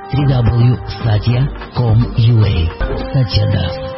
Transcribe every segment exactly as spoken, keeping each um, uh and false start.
дабл ю дабл ю дабл ю точка сатья точка ком точка ю а. Сатьядас.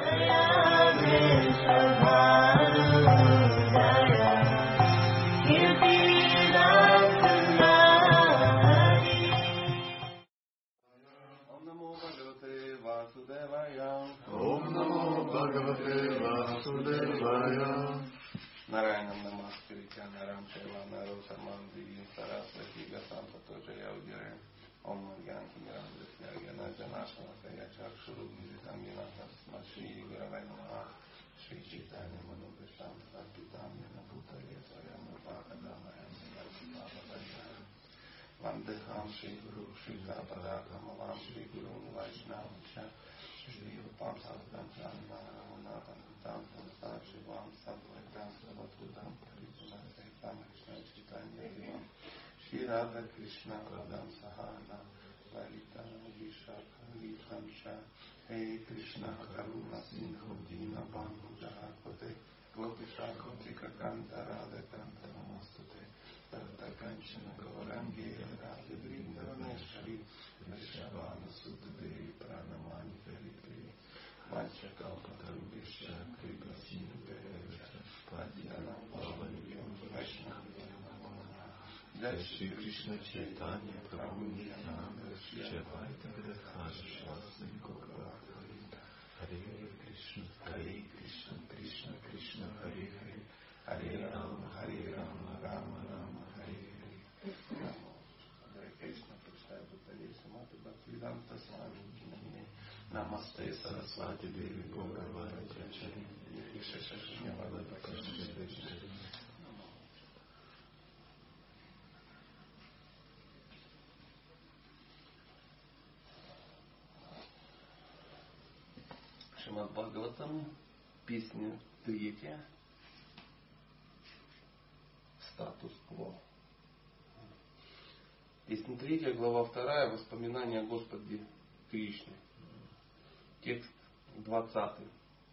Нараянам намаскритя нарам шева наротамам дивим сарасвати гасам патоджая удире ом гянки грам десьягена джанашна кая чакшуру мидитам генатас маши гравайнама шри читане манупешам сапитам янабутаре своям упакадамаям янапападаяр вандехам шри гуру шри кападакам алам шри гуру вайшнавача шри упам садгам джанмарамунатам там Шивам Садвайдам Саватудам Кришна Сайтам Кришна Читания Дивам Шри Рада Кришна Радам Сахана Лалита Вишака Литхамша Хей Кришна Каруна Синдху Дина Бангу Джаракоте Гопиша Котика Канта Рада Канта Намастуте Тарта Канчана Гауранги Рада Бриндаванешари Вишавана Суддеви Пранамани Ферипри Вачакалпатарубиша Крипасина Перевича Падьяна Паваньям Вайшнавьям Джай Шри Кришна Чайтанья Прабху Нитянанда Шри Адвайта Гададхара Швасани Гопавахта Харе Кришна Харе Кришна Кришна Кришна Харе Харе Харе Рама Харе Рама Рама Рама Харе Харе Харе Кришна Пачтай Бхакталеса Мата Бхактивиданта Свами Кинамне Намасте Сарасвати Деви Бхагавати Ачари Вишешашня Вадата Кришна. Шримад Бхагаватам, песня третья, статус-кво. Песня третья, глава вторая, воспоминания о Господе Кришне. Текст двадцатый.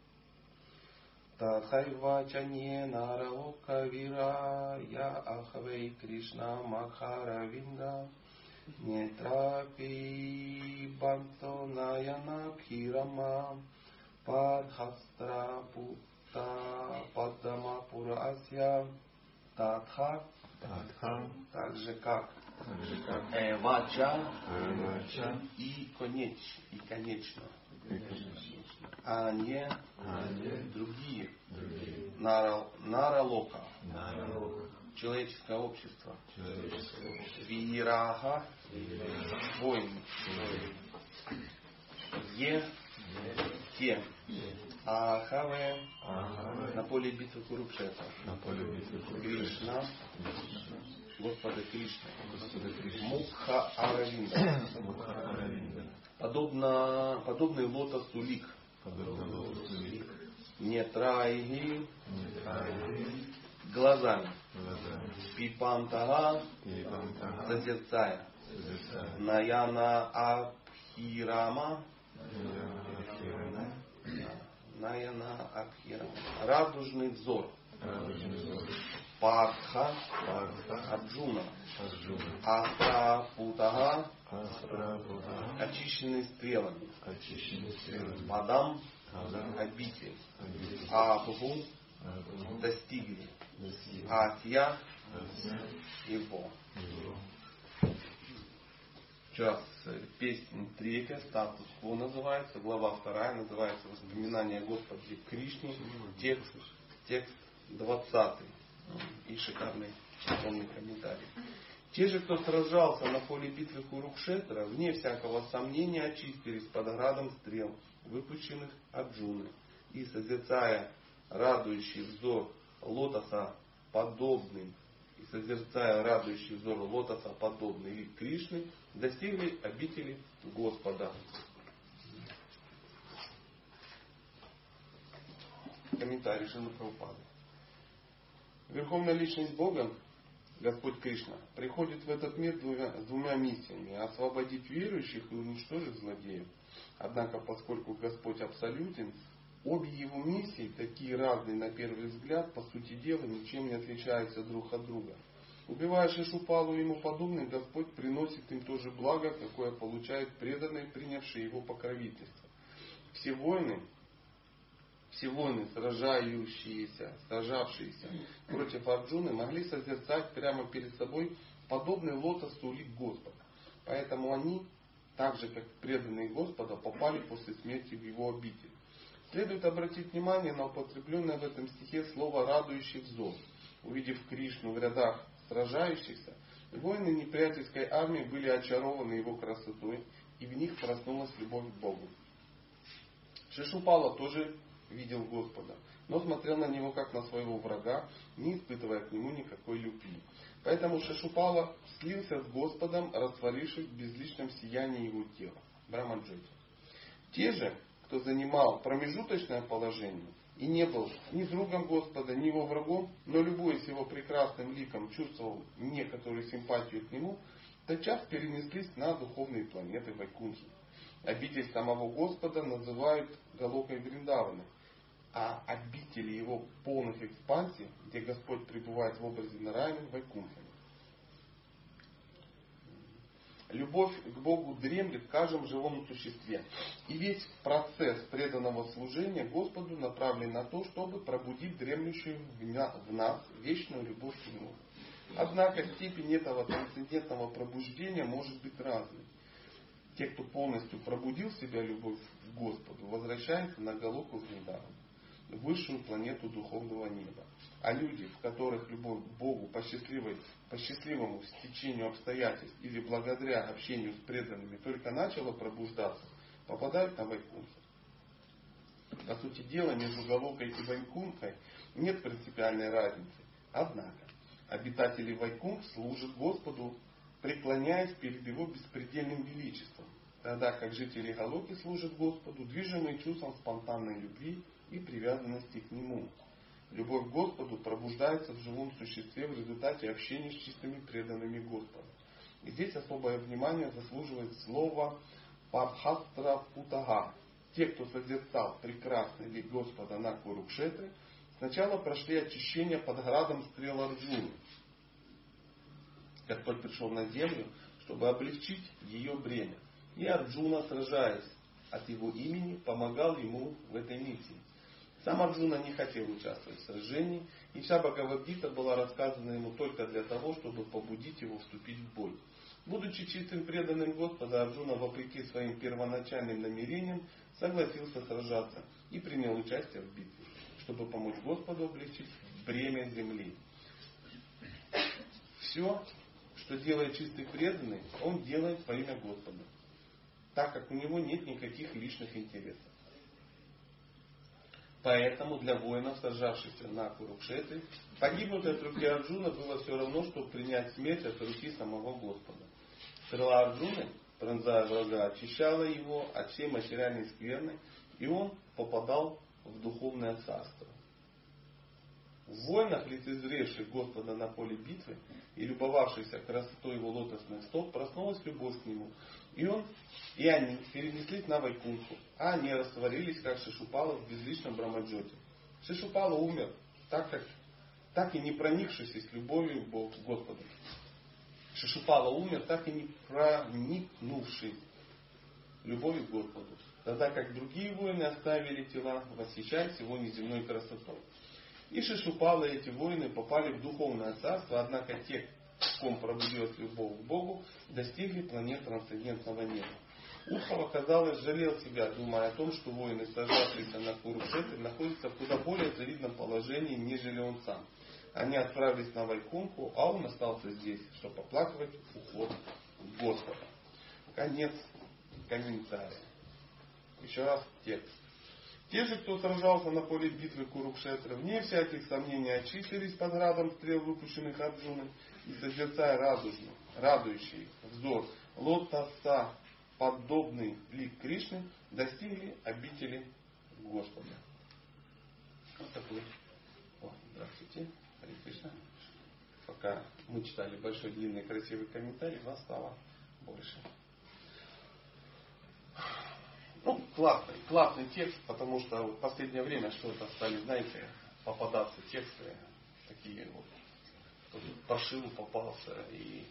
Тадхайва чанье наралока вира я ахвей Кришна махаравинда нетрапи банто наяна кхирама падхастра пута паддама пурасья тадха так же как эвача и конеч и конечно. А не, а не другие. другие. Нара, наралока. Наралока. Человеческое общество. Человеческое общество. Вираха. Войны. Е. Те. Ахаве. Ахаве. На поле битвы Курукшетра. На поле битвы Кришна. Господа Кришна. Господа Кришна. Мукха Аравинда. Мукха Аравинда. Подобно, подобный лотосу лик. Подобно лотосу лик. Нетрайги. Глазами. Глазами. Пипантага. Пипантага. Созерцая. Созерцая. Наяна Абхирама. Наяна Абхирама. Радужный взор. Радужный взор. Партха. Партха. Арджуна. Арджуна. Астра-путага. Астра-путага. Очищенный стрелами. Очищенный стрелами. Падам. Падам. Обитель. Обитель. Абху. Абху. Достигли. Достигли. Атья. Атья. Его. Его. Сейчас песня третья, статус-кво называется, глава вторая называется «Воспоминания о Господе Кришне», текст, текст двадцатый. И шикарный полный комментарий. Те же, кто сражался на поле битвы Курукшетра, вне всякого сомнения очистились под градом стрел, выпущенных Арджуны, и, созерцая радующий взор лотоса подобный, и созерцая радующий взор лотоса подобный вид Кришны, достигли обители Господа. Комментарий Шрилы Прабхупады. Верховная личность Бога, Господь Кришна, приходит в этот мир двумя, с двумя миссиями: освободить верующих и уничтожить злодеев. Однако, поскольку Господь абсолютен, обе его миссии, такие разные на первый взгляд, по сути дела, ничем не отличаются друг от друга. Убивая Шишупалу и ему подобных, Господь приносит им то же благо, какое получают преданные, принявшие его покровительство. Все воины, все воины, сражающиеся, сражавшиеся против Арджуны, могли созерцать прямо перед собой подобный лотосу лик Господа. Поэтому они, так же как преданные Господа, попали после смерти в его обитель. Следует обратить внимание на употребленное в этом стихе слово «радующий взор». Увидев Кришну в рядах сражающихся, воины неприятельской армии были очарованы его красотой, и в них проснулась любовь к Богу. Шишупала тоже видел Господа, но смотрел на него как на своего врага, не испытывая к нему никакой любви. Поэтому Шишупала слился с Господом, растворившись в безличном сиянии его тела, Брамаджоти. Те же, кто занимал промежуточное положение и не был ни другом Господа, ни его врагом, но, любуясь его прекрасным ликом, чувствовал некоторую симпатию к нему, тотчас перенеслись на духовные планеты Вайкунхи. Обитель самого Господа называют Галокой Вриндаваны, а обители его полных экспансий, где Господь пребывает в образе Нараяны, Вайкунхами. Любовь к Богу дремлет в каждом живом существе. И весь процесс преданного служения Господу направлен на то, чтобы пробудить дремлющую в нас вечную любовь к Нему. Однако степень этого трансцендентного пробуждения может быть разной. Те, кто полностью пробудил в себя любовь к Господу, возвращаются на Галоку Вриндавана, высшую планету духовного неба. А люди, в которых любовь к Богу по, счастливой, по счастливому стечению обстоятельств или благодаря общению с преданными только начала пробуждаться, попадают на Вайкунхи. По сути дела, между Галокой и Вайкунхой нет принципиальной разницы. Однако, обитатели Вайкунх служат Господу, преклоняясь перед Его беспредельным величеством, тогда как жители Галоки служат Господу, движимые чувством спонтанной любви и привязанности к Нему. Любовь к Господу пробуждается в живом существе в результате общения с чистыми преданными Господу. И здесь особое внимание заслуживает слово «Пархастра Путага». Те, кто созерцал прекрасный лик Господа на Курукшетре, сначала прошли очищение под градом стрел Арджуны. Господь пришел на землю, чтобы облегчить ее бремя. И Арджуна, сражаясь от его имени, помогал ему в этой миссии. Сам Арджуна не хотел участвовать в сражении, и вся Бхагавад-гита была рассказана ему только для того, чтобы побудить его вступить в бой. Будучи чистым преданным Господа, Арджуна, вопреки своим первоначальным намерениям, согласился сражаться и принял участие в битве, чтобы помочь Господу облегчить бремя земли. Все, что делает чистый преданный, он делает во имя Господа, так как у него нет никаких личных интересов. Поэтому для воинов, сражавшихся на Курукшетре, погибнуть от руки Арджуна было все равно, что принять смерть от руки самого Господа. Стрела Арджуны, пронзая врага, очищала его от всей материальной скверны, и он попадал в духовное царство. В воинах, лицезревших Господа на поле битвы и любовавшихся красотой его лотосных стоп, проснулась любовь к нему. И он, и они перенеслись на Вайкунху, а они растворились, как Шишупала в безличном Брамаджоте. Шишупала умер, так, как, так и не проникшись с любовью к Господу. Шишупала умер, так и не проникнувшись любовью к Господу. Тогда как другие воины оставили тела, восхищаясь его неземной красотой. И Шишупала и эти воины попали в духовное царство, однако те, в ком пробудилась любовь к Богу, достигли планет трансцендентного неба. Удхава, казалось, жалел себя, думая о том, что воины, сражавшиеся на Курукшетре, находятся в куда более завидном положении, нежели он сам. Они отправились на Вайкунху, а он остался здесь, чтобы оплакивать уход Господа. Конец комментария. Еще раз текст. Те же, кто сражался на поле битвы Курукшетра, вне всяких сомнений очистились под градом стрел, выпущенных Арджуной, и созерцая радужный, радующий взор лотоса, подобный лик Кришны, достигли обители Господа. Вот такой. О, здравствуйте. Харе Кришна. Пока мы читали большой, длинный, красивый комментарий, вас стало больше. Ну, классный, классный текст, потому что в последнее время что-то стали, знаете, попадаться тексты такие вот кто по шилу попался и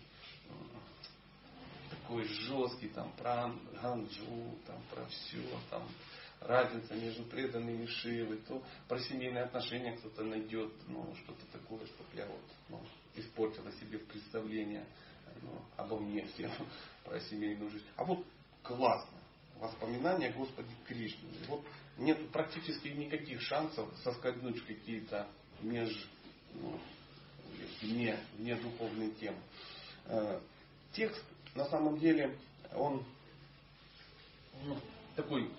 такой жесткий, там, про ганджу, там, про все, там, разница между преданными Шивы, то про семейные отношения кто-то найдет, ну, что-то такое, чтобы я вот, ну, испортила себе представление, ну, обо мне всем про семейную жизнь. А вот классно. Воспоминания о Господе Кришне. Вот нет практически никаких шансов соскользнуть в какие-то меж, ну, вне, вне духовные темы. Текст на самом деле он, ну, такой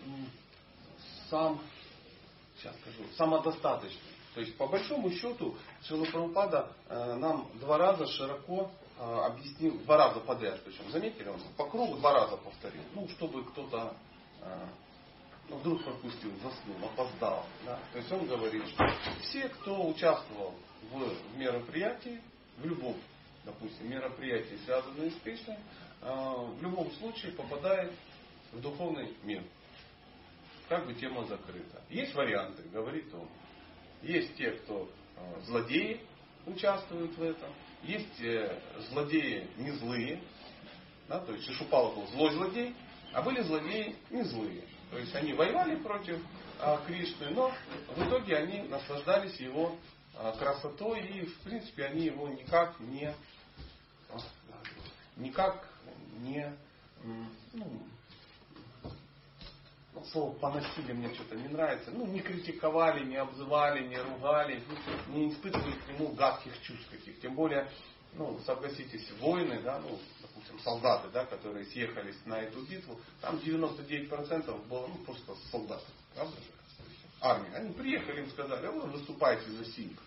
сам, сейчас скажу, самодостаточный. То есть по большому счету Шрила Прабхупада э, нам два раза широко э, объяснил, два раза подряд, причем, заметили, он по кругу два раза повторил, ну, чтобы кто-то э, ну, вдруг пропустил, заснул, опоздал. Да? То есть он говорит, что все, кто участвовал в, в мероприятии, в любом, допустим, мероприятии, связанные с Кришной, э, в любом случае попадает в духовный мир. Как бы тема закрыта. Есть варианты, говорит он. Есть те, кто э, злодеи участвуют в этом. Есть э, злодеи не злые. Да, то есть Шишупала был злой злодей, а были злодеи не злые. То есть они воевали против э, Кришны, но в итоге они наслаждались его э, красотой и в принципе они его никак не никак не ну, слово поносили мне что-то не нравится. Ну, не критиковали, не обзывали, не ругали, не испытывали к нему гадких чувств каких. Тем более, ну, согласитесь, воины, да, ну, допустим, солдаты, да, которые съехались на эту битву, там девяносто девять процентов было, ну, просто солдаты. Правда же? Армия. Они приехали, им сказали, вы выступаете за синих.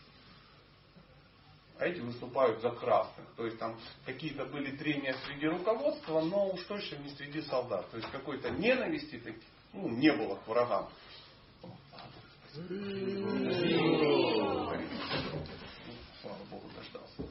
А эти выступают за красных. То есть там какие-то были трения среди руководства, но уж точно не среди солдат. То есть какой-то ненависти, ну, не было к врагам. Слава Богу, дождался.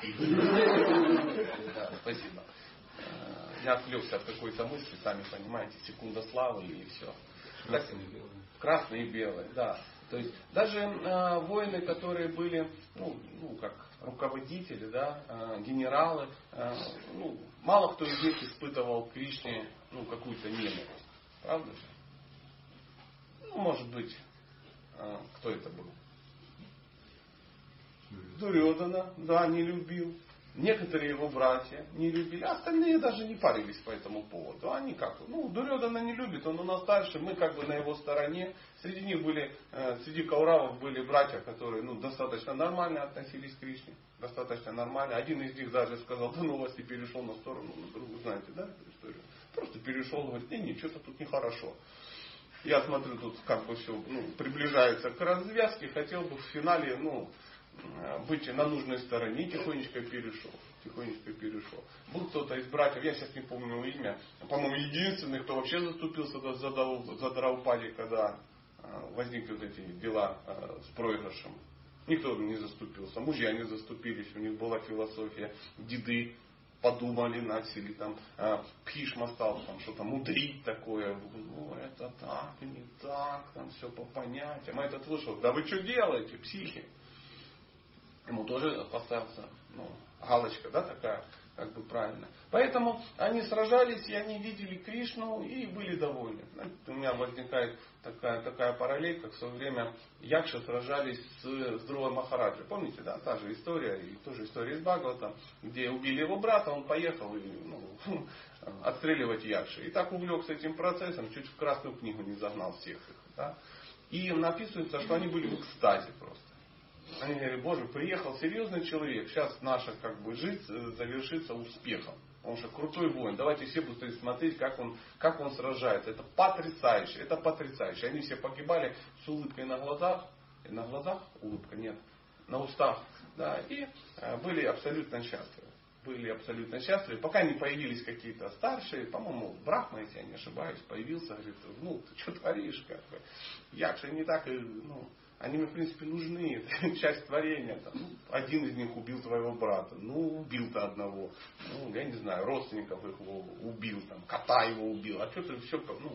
Да, спасибо. Я отвлекся от какой-то мысли, сами понимаете, секунда славы и все. Красные и белые. Красные и белые, да. То есть даже э, воины, которые были, ну, ну как руководители, да, э, генералы, э, ну, мало кто из них испытывал к Кришне, ну, какую-то ненависть. Правда же? Ну, может быть, э, кто это был? Дурьодана, да, не любил. Некоторые его братья не любили, а остальные даже не парились по этому поводу. Они как, ну, Дурьодана не любит, он у нас старше, мы как бы на его стороне. Среди них были, э, среди кауравов были братья, которые, ну, достаточно нормально относились к Кришне. Достаточно нормально. Один из них даже сказал, да ну вас и перешел на сторону, на другую, знаете, да, эту историю. Просто перешел, говорит, не, не, что-то тут нехорошо. Я смотрю, тут как бы все, ну, приближается к развязке, хотел бы в финале, ну, быть на нужной стороне, тихонечко перешел. Тихонечко перешел. Был кто-то из братьев, я сейчас не помню его имя, по-моему, единственный, кто вообще заступился за, за, за Драупади, когда возникли вот эти дела с проигрышем. Никто не заступился. Мужья не заступились, у них была философия. Деды подумали, начали там, Бхишма стал там что-то мудрить такое. Ну, это так, не так, там все по понятиям. А этот вышел, да вы что делаете, психи? Ему тоже поставился, ну, галочка, да, такая, как бы правильно. Поэтому они сражались, и они видели Кришну, и были довольны. У меня возникает такая, такая параллель, как в свое время Якши сражались с, с Друвой Махараджей. Помните, да, та же история, и тоже история из Бхагавата, где убили его брата, он поехал и, ну, отстреливать Якши. И так увлекся этим процессом, чуть в Красную книгу не загнал всех их. Да. И написывается, что они были в экстазе просто. Они говорят, Боже, приехал серьезный человек, сейчас наша как бы жизнь завершится успехом. Он же крутой воин, давайте все будут смотреть, как он, как он сражается. Это потрясающе, это потрясающе. Они все погибали с улыбкой на глазах, на глазах улыбка, нет, на устах, да, и были абсолютно счастливы. Были абсолютно счастливы, пока не появились какие-то старшие, по-моему, Брахма, если я не ошибаюсь, появился, говорит, ну, ты что творишь, как бы, Якши не так, ну, они мне, в принципе, нужны, это часть творения. Там, ну, один из них убил твоего брата. Ну, убил-то одного. Ну, я не знаю, родственников их убил, там, кота его убил. А что ты все, ну,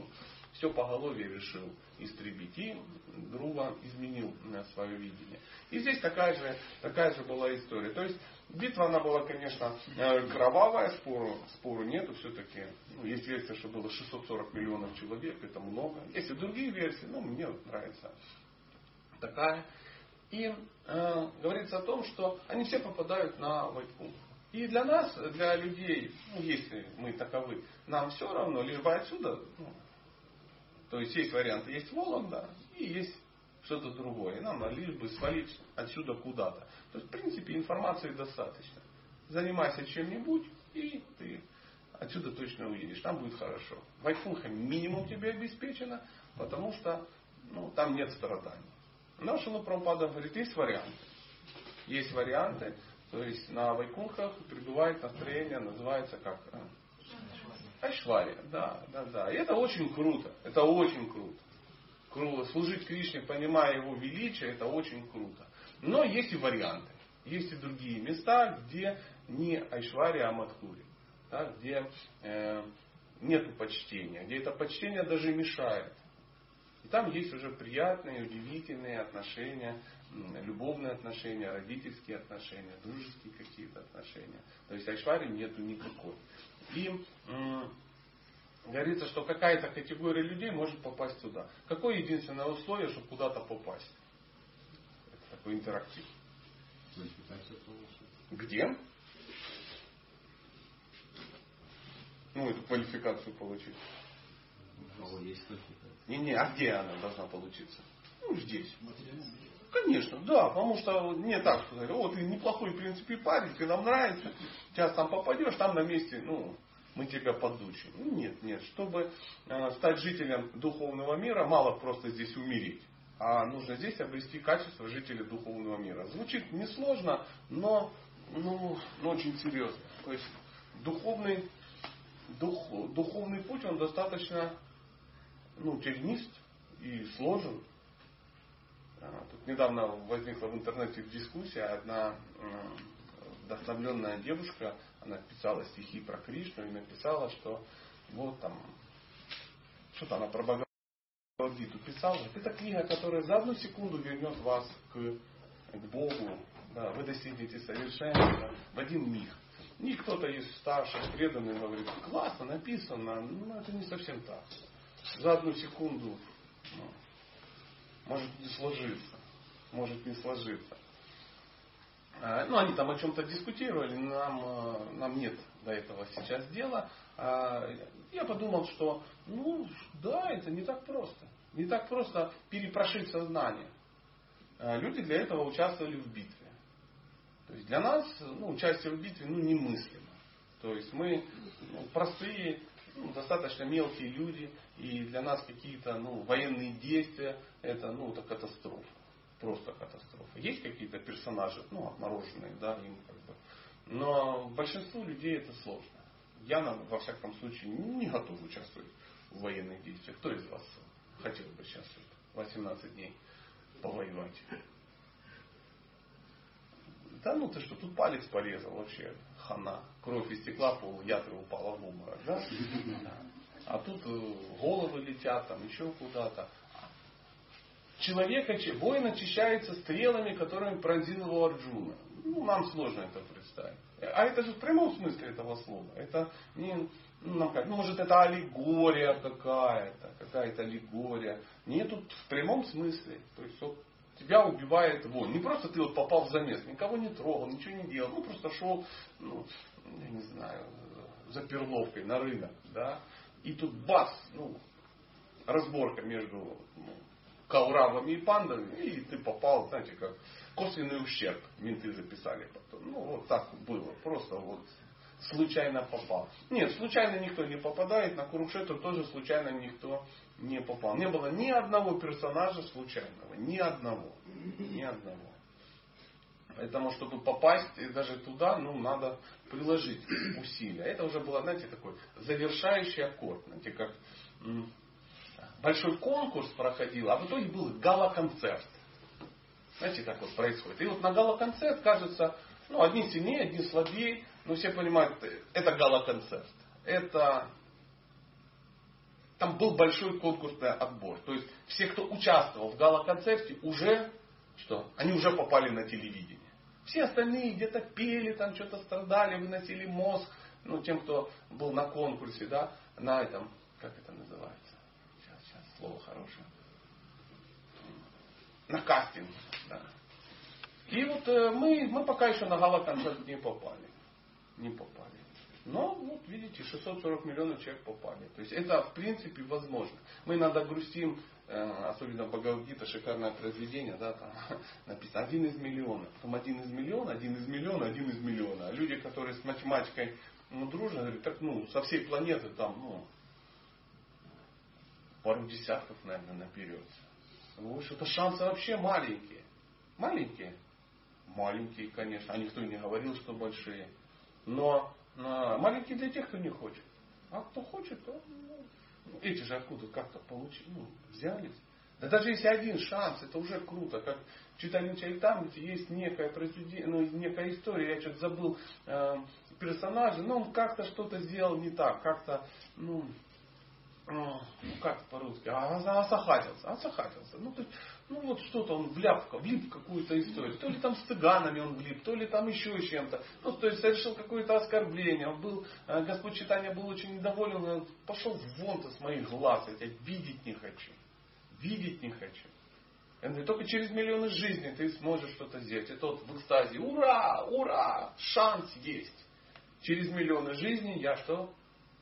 все поголовье решил истребить. И грубо изменил свое видение. И здесь такая же, такая же была история. То есть битва она была, конечно, кровавая, спору, спору нету. Все-таки ну, есть версия, что было шестьсот сорок миллионов человек, это много. Есть и другие версии, но мне нравится такая. И э, говорится о том, что они все попадают на Вайкунтху. И для нас, для людей, ну, если мы таковы, нам все равно, лишь бы отсюда, ну, то есть есть варианты, есть Вологда и есть что-то другое. И нам лишь бы свалить отсюда куда-то. То есть, в принципе, информации достаточно. Занимайся чем-нибудь, и ты отсюда точно уедешь. Там будет хорошо. Вайкунтха минимум тебе обеспечено, потому что ну, там нет страданий. Но Шрила Прабхупада говорит, есть варианты. Есть варианты. То есть на Вайкунтхах пребывает настроение, называется как Айшвария. Да, да, да. И это очень круто. Это очень круто. Круто. Служить Кришне, понимая его величие, это очень круто. Но есть и варианты. Есть и другие места, где не Айшвария, а Мадхури. Да, где э, нет почтения. Где это почтение даже мешает. И там есть уже приятные, удивительные отношения, любовные отношения, родительские отношения, дружеские какие-то отношения. То есть Айшварии нету никакой. И м- говорится, что какая-то категория людей может попасть туда. Какое единственное условие, чтобы куда-то попасть? Это такой интерактив. Где? Ну, эту квалификацию получить. У кого есть квалификация? Не-не, а где она должна получиться? Ну, здесь. Конечно, да, потому что не так, что говорят, о, ты неплохой, в принципе, парень, ты нам нравится, сейчас там попадешь, там на месте, ну, мы тебя подучим. Ну, нет, нет, чтобы э, стать жителем духовного мира, мало просто здесь умереть, а нужно здесь обрести качество жителя духовного мира. Звучит несложно, но, ну, но очень серьезно. То есть духовный, дух, духовный путь, он достаточно ну, тернист и сложен. Тут недавно возникла в интернете дискуссия. Одна вдохновленная девушка, она писала стихи про Кришну и написала, что вот там, что-то она про Бхагавад-гиту писала. Это книга, которая за одну секунду вернет вас к, к Богу. Да, вы достигнете совершенства в один миг. И кто-то из старших преданных говорит, классно написано, но это не совсем так. За одну секунду ну, может не сложиться. Может не сложиться. Ну, они там о чем-то дискутировали, нам, нам нет до этого сейчас дела. Я подумал, что, ну, да, это не так просто. Не так просто перепрошить сознание. Люди для этого участвовали в битве. То есть для нас ну, участие в битве ну, немыслимо. То есть мы ну, простые, ну, достаточно мелкие люди, и для нас какие-то ну, военные действия это, ну, это катастрофа. Просто катастрофа. Есть какие-то персонажи, ну, отмороженные, да, им как бы. Но большинству людей это сложно. Я, во всяком случае, не готов участвовать в военных действиях. Кто из вас хотел бы сейчас восемнадцать дней повоевать? Да ну ты что, тут палец порезал вообще, хана. Кровь истекла, пол ятры упала в обморок, да? А тут головы летят, там еще куда-то. Человек, воин очищается стрелами, которыми пронзил его Арджуна. Ну, нам сложно это представить. А это же в прямом смысле этого слова. Это не, ну, нам как, ну, может, это аллегория какая-то, какая-то аллегория. Нет, тут в прямом смысле. То есть, вот, тебя убивает воин. Не просто ты вот попал в замес, никого не трогал, ничего не делал. Ну, просто шел, ну, я не знаю, за перловкой на рынок, да. И тут бац, ну, разборка между ну, кауравами и пандами, и ты попал, знаете, как косвенный ущерб. Менты записали потом. Ну, вот так было. Просто вот случайно попал. Нет, случайно никто не попадает. На Курукшетру тоже случайно никто не попал. Не было ни одного персонажа случайного. Ни одного. Ни одного. Поэтому, чтобы попасть даже туда, ну, надо приложить усилия. Это уже было, знаете, такой завершающий аккорд. Знаете, как большой конкурс проходил, а в итоге был гала-концерт. Знаете, как вот происходит. И вот на гала-концерт, кажется, ну, одни сильнее, одни слабее, но все понимают, это гала-концерт. Это там был большой конкурсный отбор. То есть все, кто участвовал в гала-концерте, уже что? Они уже попали на телевидение. Все остальные где-то пели, там что-то страдали, выносили мозг. Ну, тем, кто был на конкурсе, да, на этом, как это называется? Сейчас, сейчас, слово хорошее. На кастинг. Да. И вот э, мы, мы пока еще на гала-концерт не попали. Не попали. Но, вот видите, шестьсот сорок миллионов человек попали. То есть это в принципе возможно. Мы иногда грустим, э, особенно Бхагавад-гита, шикарное произведение, да, там написано один из миллиона. Потом один из миллиона, один из миллиона, один из миллиона. А люди, которые с математикой ну, дружно, говорят, так ну, со всей планеты там, ну, пару десятков, наверное, наберется. Ну, что-то шансы вообще маленькие. Маленькие? Маленькие, конечно. А никто и не говорил, что большие. Но маленькие для тех, кто не хочет. А кто хочет, то ну, эти же откуда как-то получили, ну, взялись. Да даже если один шанс, это уже круто. Как в Чайтанья Чаритамрите есть некое произведение, ну, некая история, я что-то забыл э, персонажа, но он как-то что-то сделал не так, как-то, ну, ну как по-русски, а, осахатился, осахатился. Ну, то есть, ну вот что-то он вляп, влип в какую-то историю. То ли там с цыганами он влип, то ли там еще чем-то. Ну, то есть совершил какое-то оскорбление. Он был, Господь Чайтанья был очень недоволен. Он пошел вон-то с моих глаз. Я тебя видеть не хочу. Видеть не хочу. Он говорит, только через миллионы жизней ты сможешь что-то сделать. И тот в экстазе, ура, ура, шанс есть. Через миллионы жизней я что?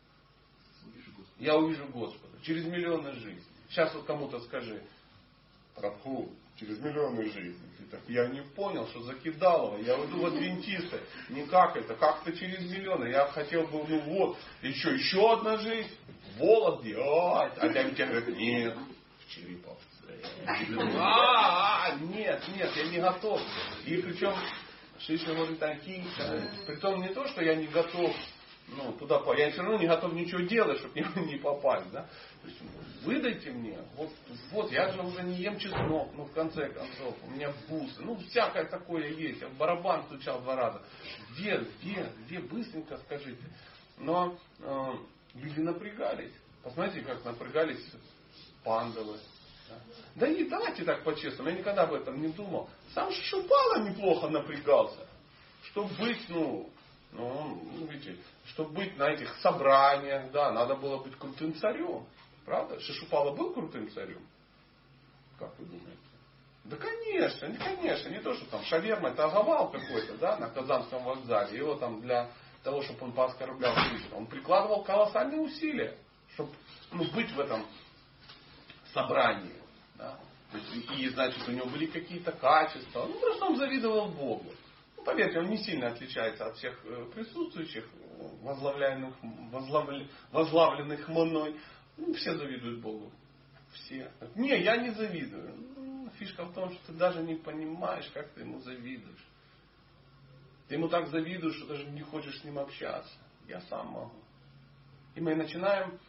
Я увижу Господа. Через миллионы жизней. Сейчас вот кому-то скажи, Прабху, через миллионы жизней. Ты так, я не понял, что за кидалово. Я уйду в адвентисты. Никак это, как-то через миллионы. Я хотел бы, ну вот, еще, еще одна жизнь. В Вологде. А там тебе говорят, нет, в Череповце. А, нет, нет, я не готов. И причем, Шишна говорит, такие, притом не то, что я не готов, ну, туда попасть. Я все равно не готов ничего делать, чтобы не попасть. Да? То есть, выдайте мне, вот, вот, я же уже не ем чеснок, ну, в конце концов, у меня бусы, ну, всякое такое есть. Я в барабан стучал два раза. Где, где, где, быстренько скажите. Но э, люди напрягались. Посмотрите, как напрягались пандавы. Да, да и давайте так по-честному, я никогда об этом не думал. Сам Шишупала неплохо напрягался. Чтобы быть, ну, ну, видите, чтобы быть на этих собраниях, да, надо было быть крутым царем. Правда? Шишупала был крутым царем? Как вы думаете? Да конечно, не конечно. Не то, что там шаверма это оговал какой-то, да, на Казанском вокзале. Его там для того, чтобы он пооскорблял Кришну. Он прикладывал колоссальные усилия, чтобы ну, быть в этом собрании. Да. То есть, и значит, у него были какие-то качества. Ну, просто он завидовал Богу. Ну, поверьте, он не сильно отличается от всех присутствующих, возглавляемых, возглавля, возглавленных мной. Ну, все завидуют Богу. Все. Не, я не завидую. Ну, фишка в том, что ты даже не понимаешь, как ты ему завидуешь. Ты ему так завидуешь, что даже не хочешь с ним общаться. Я сам могу. И мы начинаем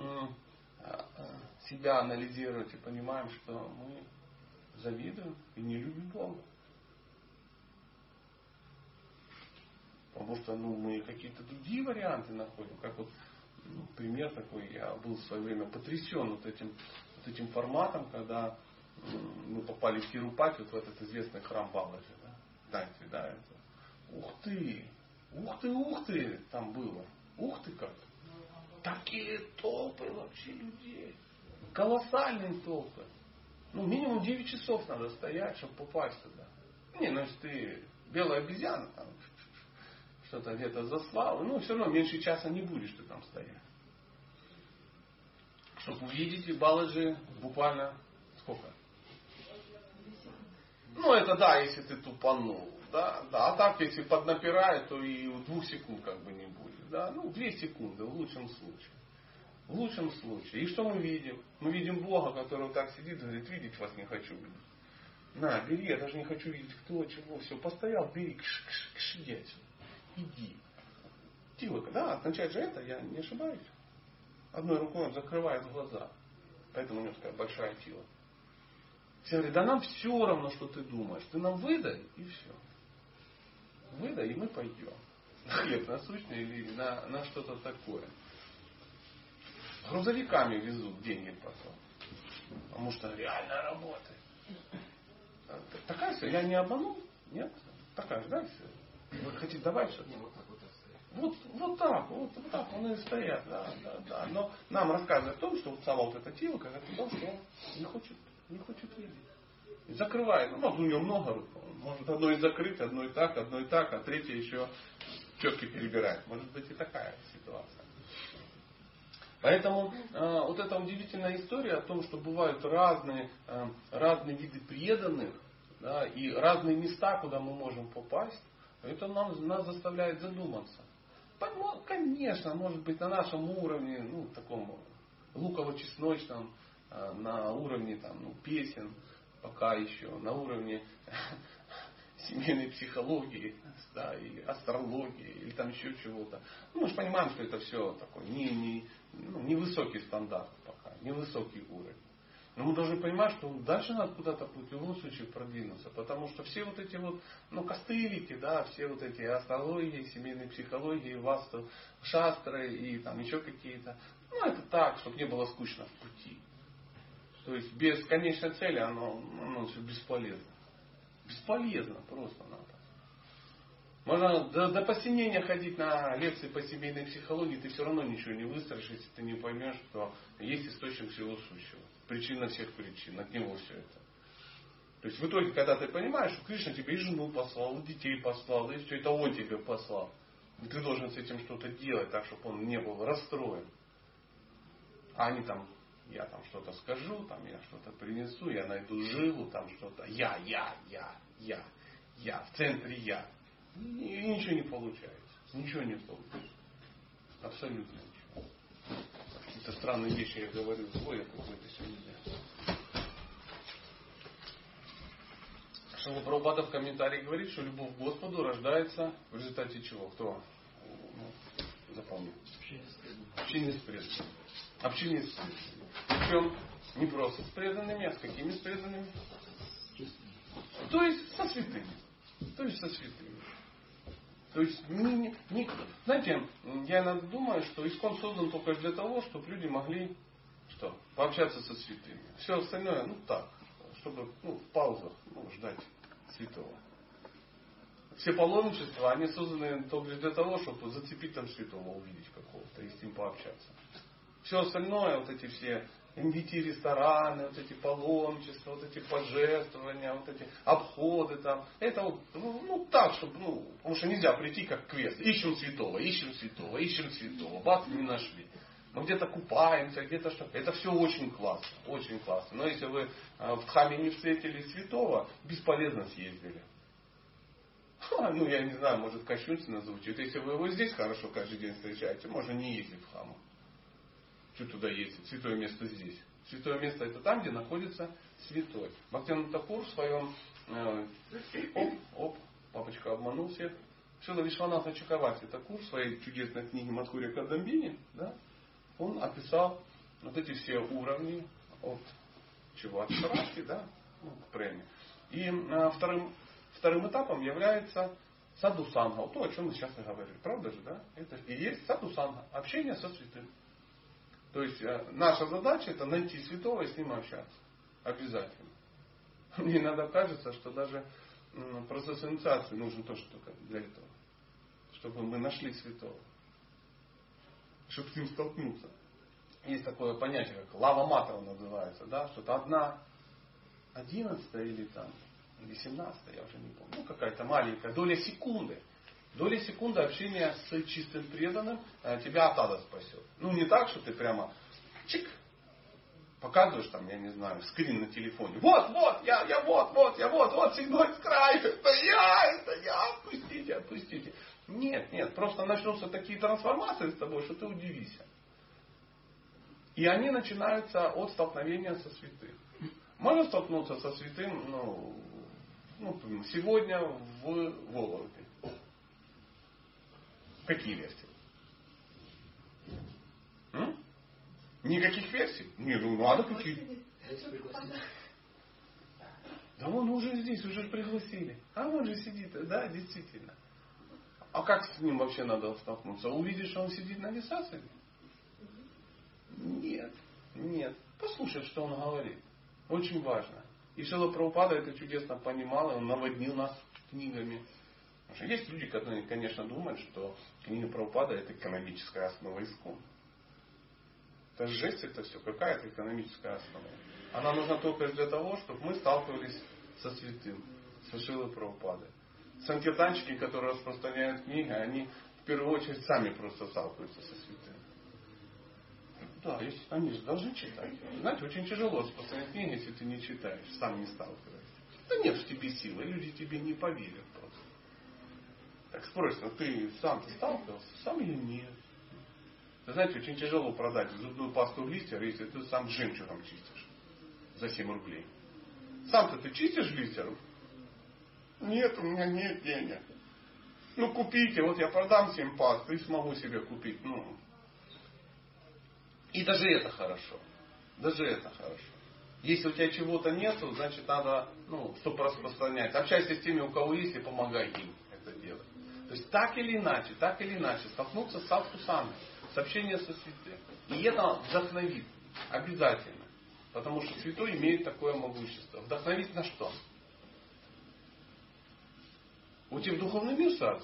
себя анализировать и понимаем, что мы завидуем и не любим Бога. Потому что ну, мы какие-то другие варианты находим. Как вот ну, пример такой, я был в свое время потрясен вот этим, вот этим форматом, когда мы попали в Тирупати, вот в этот известный храм Баладжи. Да? Знаете, да, это. Ух ты! Ух ты, ух ты! Там было. Ух ты как! Такие толпы вообще людей. Колоссальные толпы. Ну, минимум девять часов надо стоять, чтобы попасть туда. Не, ну, если ты белая обезьяна, там, что-то где-то заслал, ну, все равно меньше часа не будешь ты там стоять. Чтобы увидеть Баладжи буквально сколько? Ну, это да, если ты тупанул. Да, да. А так, если поднапирает, то и в двух секунд как бы не будет. Да? Ну, две секунды в лучшем случае. В лучшем случае. И что мы видим? Мы видим Бога, который вот так сидит и говорит, видеть вас не хочу видеть. На, бери, я даже не хочу видеть кто, чего, все. Постоял, бери, кш, кш, кш, иди отсюда. Иди. Тилока, да, означает же это, я не ошибаюсь. Одной рукой он закрывает глаза. Поэтому у него такая большая тила. Все говорят, да нам все равно, что ты думаешь. Ты нам выдай, и все. Выдай, и мы пойдем. На хлеб насущный или на, на что-то такое. грузовиками везут деньги потом. Потому что реально работает. Такая все, я не обманул? Нет? Такая же, да, все? Вы хотите добавить что-то? Вот, вот так, вот, вот так они и стоят, да, да, да. Но нам рассказывают о том, что вот сама вот эта тело, как это то, что он не хочет, не хочет видеть. И закрывает. Ну, вот у него много рук. Может одно и закрыть, одно и так, одно и так, а третье еще четки перебирает. Может быть и такая ситуация. Поэтому э, вот эта удивительная история о том, что бывают разные, э, разные виды преданных, да, и разные места, куда мы можем попасть, это нам, нас заставляет задуматься. Конечно, может быть на нашем уровне, ну, таком луково-чесночном, э, на уровне там, ну, песен, пока еще, на уровне семейной психологии, да, или астрологии, или там еще чего-то. Ну, мы же понимаем, что это все такое не, не, ну, невысокий стандарт пока, невысокий уровень. Но мы должны понимать, что дальше надо куда-то в любом случае продвинуться, потому что все вот эти вот, ну, костылики, да, все вот эти астрологии, семейной психологии, васту, шастры и там еще какие-то, ну, это так, чтобы не было скучно в пути. То есть без конечной цели оно, оно все бесполезно. Бесполезно просто-напросто. Можно до, до посинения ходить на лекции по семейной психологии, ты все равно ничего не выстроишь, если ты не поймешь, что есть источник всего сущего. Причина всех причин, от него все это. То есть в итоге, когда ты понимаешь, что Кришна тебе и жену послал, и детей послал, и все это он тебе послал. И ты должен с этим что-то делать, так, чтобы он не был расстроен. А они там, я там что-то скажу, там я что-то принесу, я найду жилу, там что-то. Я, я, я, я, я, в центре я. И ничего не получается. Ничего не получается. Абсолютно ничего. Какие-то странные вещи я говорю. Ой, я какой-то сегодня. Шрила Прабхупада в комментарии говорит, что любовь к Господу рождается в результате чего? Кто? Ну, запомнил. Общение с преданными. Общение с преданными. Причем не просто с преданными, а с какими с преданными? То есть со святыми. То есть со святыми. То есть, не, не, знаете, я иногда думаю, что Искон создан только для того, чтобы люди могли что? Пообщаться со святыми. Все остальное, ну так, чтобы ну, в паузах ну, ждать святого. Все паломничества, они созданы только для того, чтобы зацепить там святого, увидеть какого-то и с ним пообщаться. Все остальное, вот эти все эм ви ти-рестораны, вот эти паломничества, вот эти пожертвования, вот эти обходы там. Это вот, ну, ну так, чтобы, ну, потому что нельзя прийти как квест. Ищем святого, ищем святого, ищем святого. Бац, не нашли. Мы где-то купаемся, где-то что-то. Это все очень классно, очень классно. Но если вы в Дхамме не встретили святого, бесполезно съездили. Ха, ну, я не знаю, может, кощунственно звучит. Если вы его здесь хорошо каждый день встречаете, можно не ездить в Дхамму. Что туда ездить? Святое место здесь. Святое место это там, где находится святой. Бхактивинода Тхакур в своем э, оп, оп, папочка обманул всех. Шрила Вишванатха Чакраварти Тхакур в своей чудесной книге Мадхурья Кадамбини, да, он описал вот эти все уровни от чего? От шарашки, да, ну, к преме. И э, вторым, вторым этапом является саду-санга. То, о чем мы сейчас и говорили. Правда же, да? Это и есть саду-санга. Общение со святым. То есть наша задача это найти святого и с ним общаться. Обязательно. Мне иногда кажется, что даже процесс инициации нужен тоже только для этого. Чтобы мы нашли святого. Чтобы с ним столкнуться. Есть такое понятие, как лава матра называется. Да? Что-то одна одиннадцатая или там или семнадцатая, я уже не помню. Ну какая-то маленькая доля секунды. Доля секунды общения с чистым преданным тебя от ада спасет. Ну не так, что ты прямо чик, показываешь там, я не знаю, скрин на телефоне. Вот, вот, я, я вот, вот, я вот, вот, седьмой край, это я, это я, отпустите, отпустите. Нет, нет, просто начнутся такие трансформации с тобой, что ты удивишься. И они начинаются от столкновения со святым. Можно столкнуться со святым, ну, ну сегодня в Вологде. Какие версии? М? Никаких версий? Не, ну надо какие. Да он уже здесь, уже пригласили. А он же сидит, да, действительно. А как с ним вообще надо столкнуться? Увидишь, что он сидит на весах? послушать, что он говорит. Очень важно. И Шрила Прабхупада это чудесно понимал, и он наводнил нас книгами. Потому что есть люди, которые, конечно, думают, что книга Прабхупада это экономическая основа искон. Это жесть это все. Какая это экономическая основа? Она нужна только для того, чтобы мы сталкивались со святым, со Шрилой Прабхупадой. Санкиртанщики, которые распространяют книги, они в первую очередь сами просто сталкиваются со святым. Да, если, они же должны читать. Знаете, очень тяжело распространять книги, если ты не читаешь, сам не сталкиваешься. Да нет в тебе силы, люди тебе не поверят просто. Так спросят, ну ты сам-то сталкивался? Сам я нет. Вы знаете, очень тяжело продать зубную пасту глистер, если ты сам жемчугом чистишь за семь рублей. Сам-то ты чистишь глистером? Нет, у меня нет денег. Ну купите, вот я продам семь паст и смогу себе купить. Ну. И даже это хорошо. Даже это хорошо. Если у тебя чего-то нету, значит надо, ну, чтобы распространять. Общайся с теми, у кого есть, и помогай им это делать. То есть так или иначе, так или иначе, столкнуться с садхусаной, с общением со святым. И это вдохновит. Обязательно. Потому что святой имеет такое могущество. Вдохновить на что? Уйти в духовный мир сразу.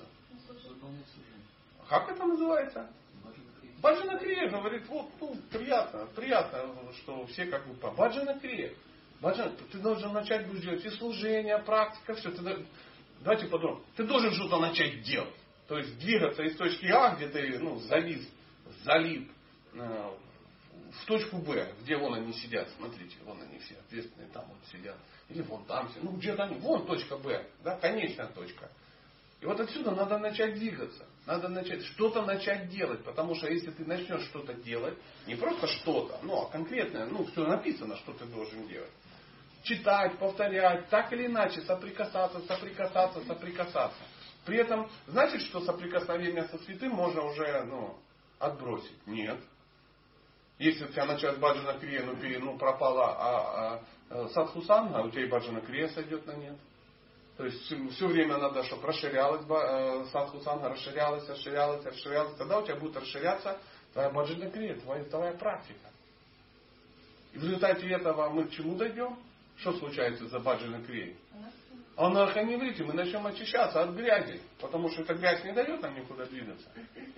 Как это называется? Баджана Крия говорит, вот, ну, приятно, приятно, что все как бы по Баджана Крия. Баджана, ты должен начать будешь делать и служение, практика, все. Ты, давайте подумаем. Ты должен что-то начать делать. То есть двигаться из точки А, где ты ну, завис, залип, э, в точку Б, где вон они сидят. Смотрите, вон они все ответственные, там вот сидят. Или вон там все. Ну где-то они. Вон точка Б, да, конечная точка. И вот отсюда надо начать двигаться. Надо начать что-то начать делать. Потому что если ты начнешь что-то делать, не просто что-то, ну а конкретное, ну все написано, что ты должен делать. Читать, повторять, так или иначе соприкасаться, соприкасаться, соприкасаться. При этом, значит, что соприкосновение со святым можно уже ну, отбросить? Нет. Если у тебя началась баджана крия, ну, ну пропала а, а, садхусанга, у тебя и баджана крия сойдет на нет. То есть все, все время надо, чтобы расширялась садхусанга, расширялась, расширялась, расширялась. Тогда у тебя будет расширяться твоя баджана крия, твоя, твоя практика. И в результате этого мы к чему дойдем? Что случается за баджана крией? Анарханеврити, мы начнем очищаться от грязи. Потому что эта грязь не дает нам никуда двигаться.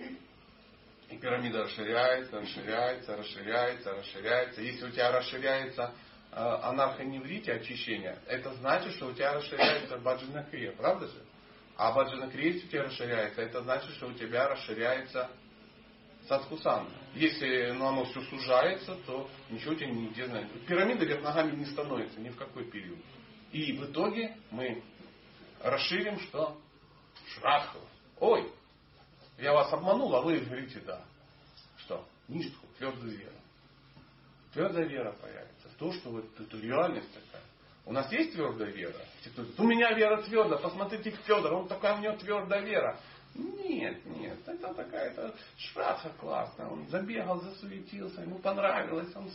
И пирамида расширяется, расширяется, расширяется, расширяется. Если у тебя расширяется э, анарханеврити, очищение, это значит, что у тебя расширяется баджана крия. Правда же? А баджана крия, если у тебя расширяется, это значит, что у тебя расширяется садхусанга. Если ну, оно все сужается, то ничего у тебя нигде знает. Пирамида вверх ногами не становится ни в какой период. И в итоге мы расширим что? Шрадху. Ой, я вас обманул, а вы говорите да. Что? Ништху, твердую веру. Твердая вера появится в то, что вот это реальность такая. У нас есть твердая вера? У меня вера твердая, посмотрите Федор, он такая у него твердая вера. Нет, нет, это такая-то шрадха классная. Он забегал, засуетился, ему понравилось. Он...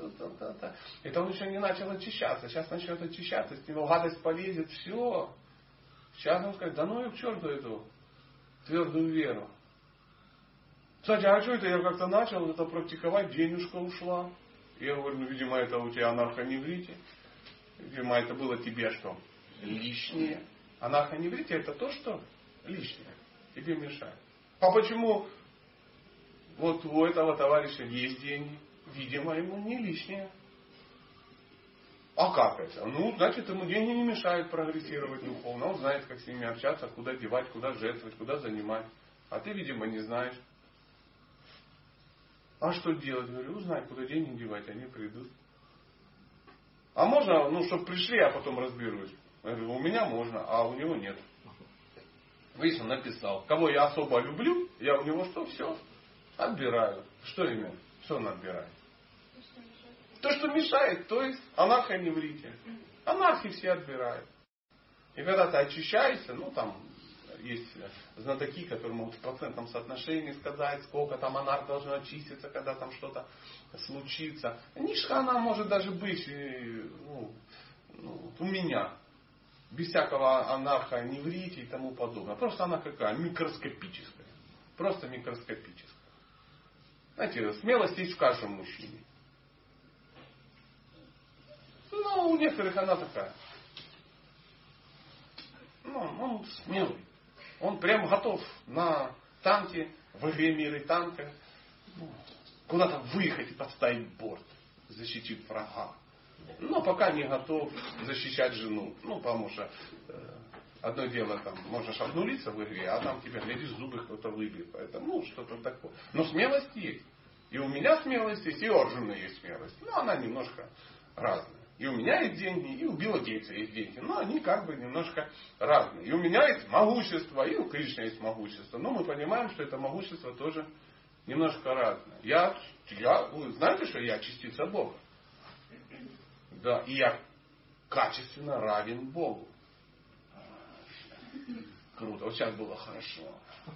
Это он еще не начал очищаться. Сейчас начнет очищаться, с него гадость полезет, все. Сейчас он скажет, да ну и к черту эту твердую веру. Кстати, а что это я как-то начал это практиковать, денежка ушла. Я говорю, ну видимо это у тебя анарханеврити. Видимо это было тебе что? Лишнее. Анарханеврити это то, что лишнее. Тебе мешает. А почему вот у этого товарища есть деньги? Видимо, ему не лишнее. А как это? Ну, значит, ему деньги не мешают прогрессировать духовно. Он знает, как с ними общаться, куда девать, куда жертвовать, куда занимать. А ты, видимо, не знаешь. А что делать? Говорю, узнай, куда деньги девать, они придут. А можно, ну, чтобы пришли, а потом разберусь. Я говорю, у меня можно, а у него нет. Видишь, он написал, кого я особо люблю, я у него что? Все отбираю. Что именно? Что он отбирает? То, что мешает, то есть анарханеврити. Анархи все отбирают. И когда ты очищаешься, ну там есть знатоки, которые могут в процентном соотношении сказать, сколько там анарх должно очиститься, когда там что-то случится. Нишка она может даже быть ну, ну, у меня. Без всякого анарханеврити и тому подобное. Просто она какая? Микроскопическая. Просто микроскопическая. Знаете, смелость есть в каждом мужчине. Но у некоторых она такая. Ну, он смелый. Он прям готов на танке, в игре мира и танка, куда-то выехать и подставить борт, защитить врага. Но пока не готов защищать жену. Ну, потому что э, одно дело, там, можешь обнулиться в игре, а там тебя, глядишь, зубы кто-то выбьет. Поэтому, ну, что-то такое. Но смелость есть. И у меня смелость есть, и у Арджуны есть смелость. Но она немножко разная. И у меня есть деньги, и у Билла Гейтса есть деньги. Но они как бы немножко разные. И у меня есть могущество, и у Кришны есть могущество. Но мы понимаем, что это могущество тоже немножко разное. Я, я, вы знаете, что я частица Бога? Да, и я качественно равен Богу. Круто. Вот сейчас было хорошо.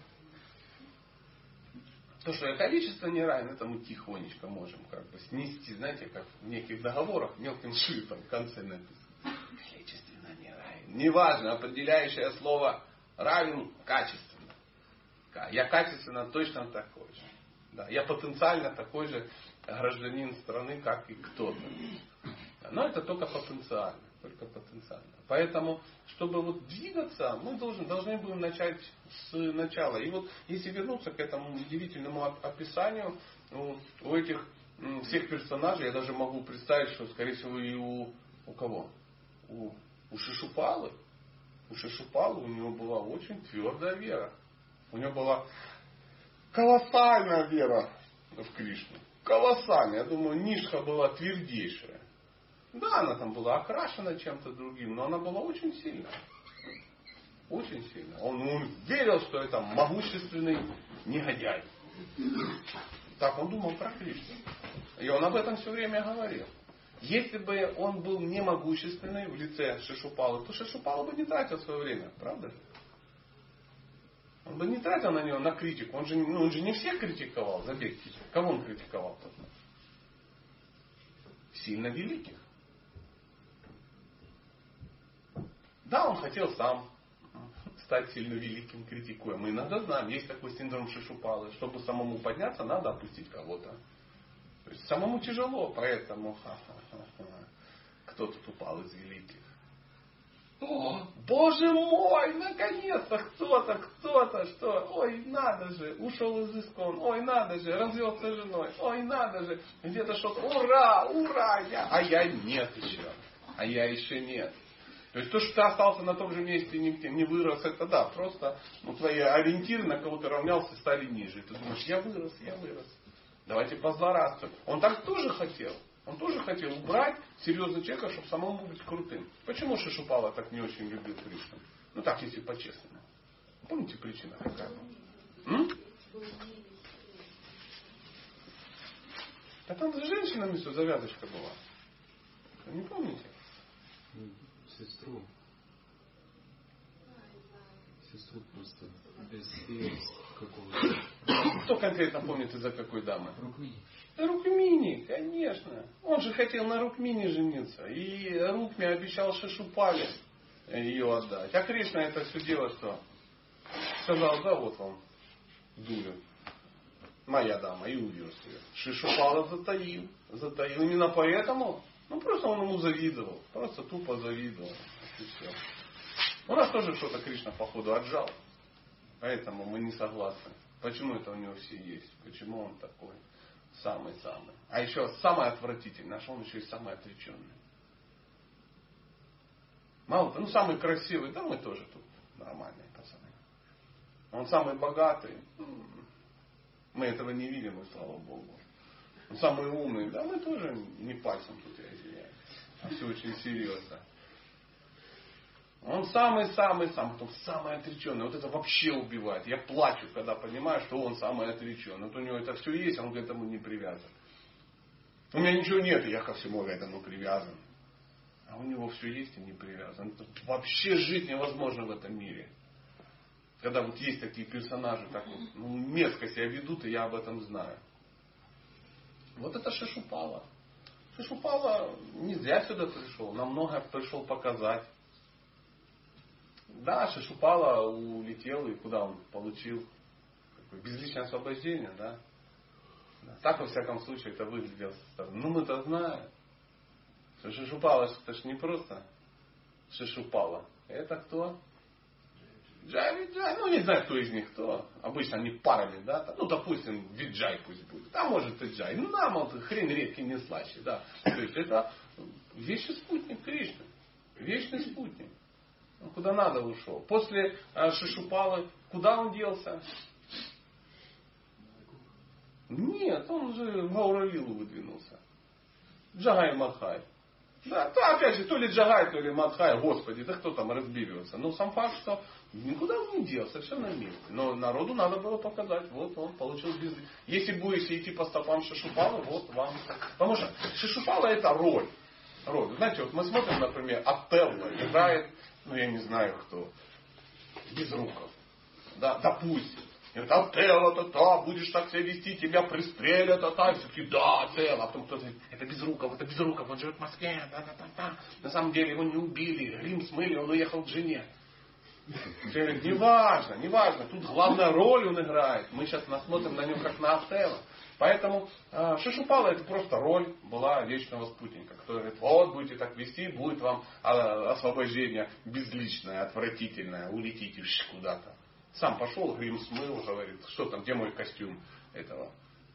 То, что я количество не равен, это мы тихонечко можем как бы снести, знаете, как в неких договорах мелким шрифтом в конце написано. Количественно не равен. Неважно, определяющее слово равен качественно. Я качественно точно такой же. Да, я потенциально такой же гражданин страны, как и кто-то. Но это только потенциально. Только потенциально. Поэтому, чтобы вот двигаться, мы должны, должны будем начать с начала. И вот если вернуться к этому удивительному описанию, у, у этих всех персонажей, я даже могу представить, что, скорее всего, и у, у кого? У, у Шишупалы. У Шишупалы у него была очень твердая вера. У него была колоссальная вера в Кришну. Колоссальная. Я думаю, Нишха была твердейшая. Да, она там была окрашена чем-то другим, но она была очень сильная. Очень сильная. Он, он верил, что это могущественный негодяй. Так он думал про Кришну. И он об этом все время говорил. Если бы он был не могущественный в лице Шишупалы, то Шишупала бы не тратил свое время. Правда? Он бы не тратил на него на критику. Он же, ну, он же не всех критиковал, заметьте. Кого он критиковал тогда? Сильно великих. Да, он хотел сам стать сильно великим, критикуем. Мы иногда знаем, есть такой синдром Шишупалы. Чтобы самому подняться, надо опустить кого-то. То есть самому тяжело, поэтому ха-ха-ха-ха. Кто тут упал из великих. О, Боже мой, наконец-то кто-то, кто-то, что, ой, надо же, ушел из искон, ой, надо же, развелся с женой, ой, надо же, где-то что-то, ура, ура, я, а я нет еще, а я еще нет. То есть то, что ты остался на том же месте, не, не вырос, это да, просто ну, твои ориентиры, на кого ты равнялся, стали ниже. И ты думаешь, я вырос, я вырос. Давайте позлорадствуем. Он так тоже хотел. Он тоже хотел убрать серьезного человека, чтобы самому быть крутым. Почему Шишупала так не очень любил Кришну? Ну так, если по-честному. Помните причина какая была? М? Да там с женщинами все завязочка была. Вы не помните? Сестру. Сестру просто без без какого-то. Кто конкретно помнит из-за какой дамы? Рукмини. Рукмини, конечно. Он же хотел на Рукмини жениться. И Рукми обещал Шишупале ее отдать. А Кришна это все дело что? Сказал, да вот вам, дурю. Моя дама, и увез ее. Шишупала затаил. Затаил. Именно поэтому, ну просто он ему завидовал. Просто тупо завидовал. И все. У нас тоже что-то Кришна походу отжал. Поэтому мы не согласны. Почему это у него все есть? Почему он такой самый-самый? А еще самый отвратительный, а он еще и самый отреченный. Мало того, ну самый красивый, да мы тоже тут нормальные пацаны. Он самый богатый. Мы этого не видим, и слава Богу. Он самый умный, да мы тоже не пальцем тут разделяем. А все очень серьезно. Он самый-самый-самый, потом самый отреченный. Вот это вообще убивает. Я плачу, когда понимаю, что он самый отреченный. Вот у него это все есть, а он к этому не привязан. У меня ничего нет, и я ко всему к этому привязан. А у него все есть и не привязан. Это вообще жить невозможно в этом мире. Когда вот есть такие персонажи, так вот, ну, мерзко себя ведут, и я об этом знаю. Вот это Шишупала. Шишупала не зря сюда пришел, нам многое пришел показать. Да, Шишупала улетел, и куда он получил? Какое безличное освобождение, да? Так, во всяком случае, это выглядело со стороны. Ну, мы-то знаем. Шишупала, это ж не просто Шишупала. Это кто? Джай, Виджай. Ну, не знаю, кто из них кто. Обычно они парами, да. Ну, допустим, Виджай пусть будет. А может и Джай. Ну, нам вот хрен редкий не слаще, да. То есть это вечный спутник Кришны. Вечный спутник. Он куда надо ушел. После а, Шишупалы, куда он делся? Нет, он же в Гауралилу выдвинулся. Джагай Мадхай. Да, то, опять же, то ли Джагай, то ли Мадхай, Господи, да кто там разберется. Но сам факт, что никуда он не делся, совершенно на месте. Но народу надо было показать, вот он получил бизнес. Если будете идти по стопам Шишупала, вот вам. Потому что Шишупала это роль. Роль. Знаете, вот мы смотрим, например, Отелло играет, ну я не знаю кто, Безруков. Да, допустим. Говорит, Отелло, та-та, будешь так себя вести, тебя пристрелят, та-та. И все таки да, Отелло. А потом кто-то говорит, это Безруков, это Безруков, он живет в Москве, да-да-да-да. На самом деле его не убили, Рим смыли, он уехал к жене. Все говорят, неважно, неважно, тут главная роль он играет. Мы сейчас смотрим на него как на Отелло. Поэтому э, Шишупала это просто роль была вечного спутника, который говорит, вот будете так вести, будет вам э, освобождение безличное, отвратительное, улетите куда-то. Сам пошел, грим смыл, говорит, что там, где мой костюм этого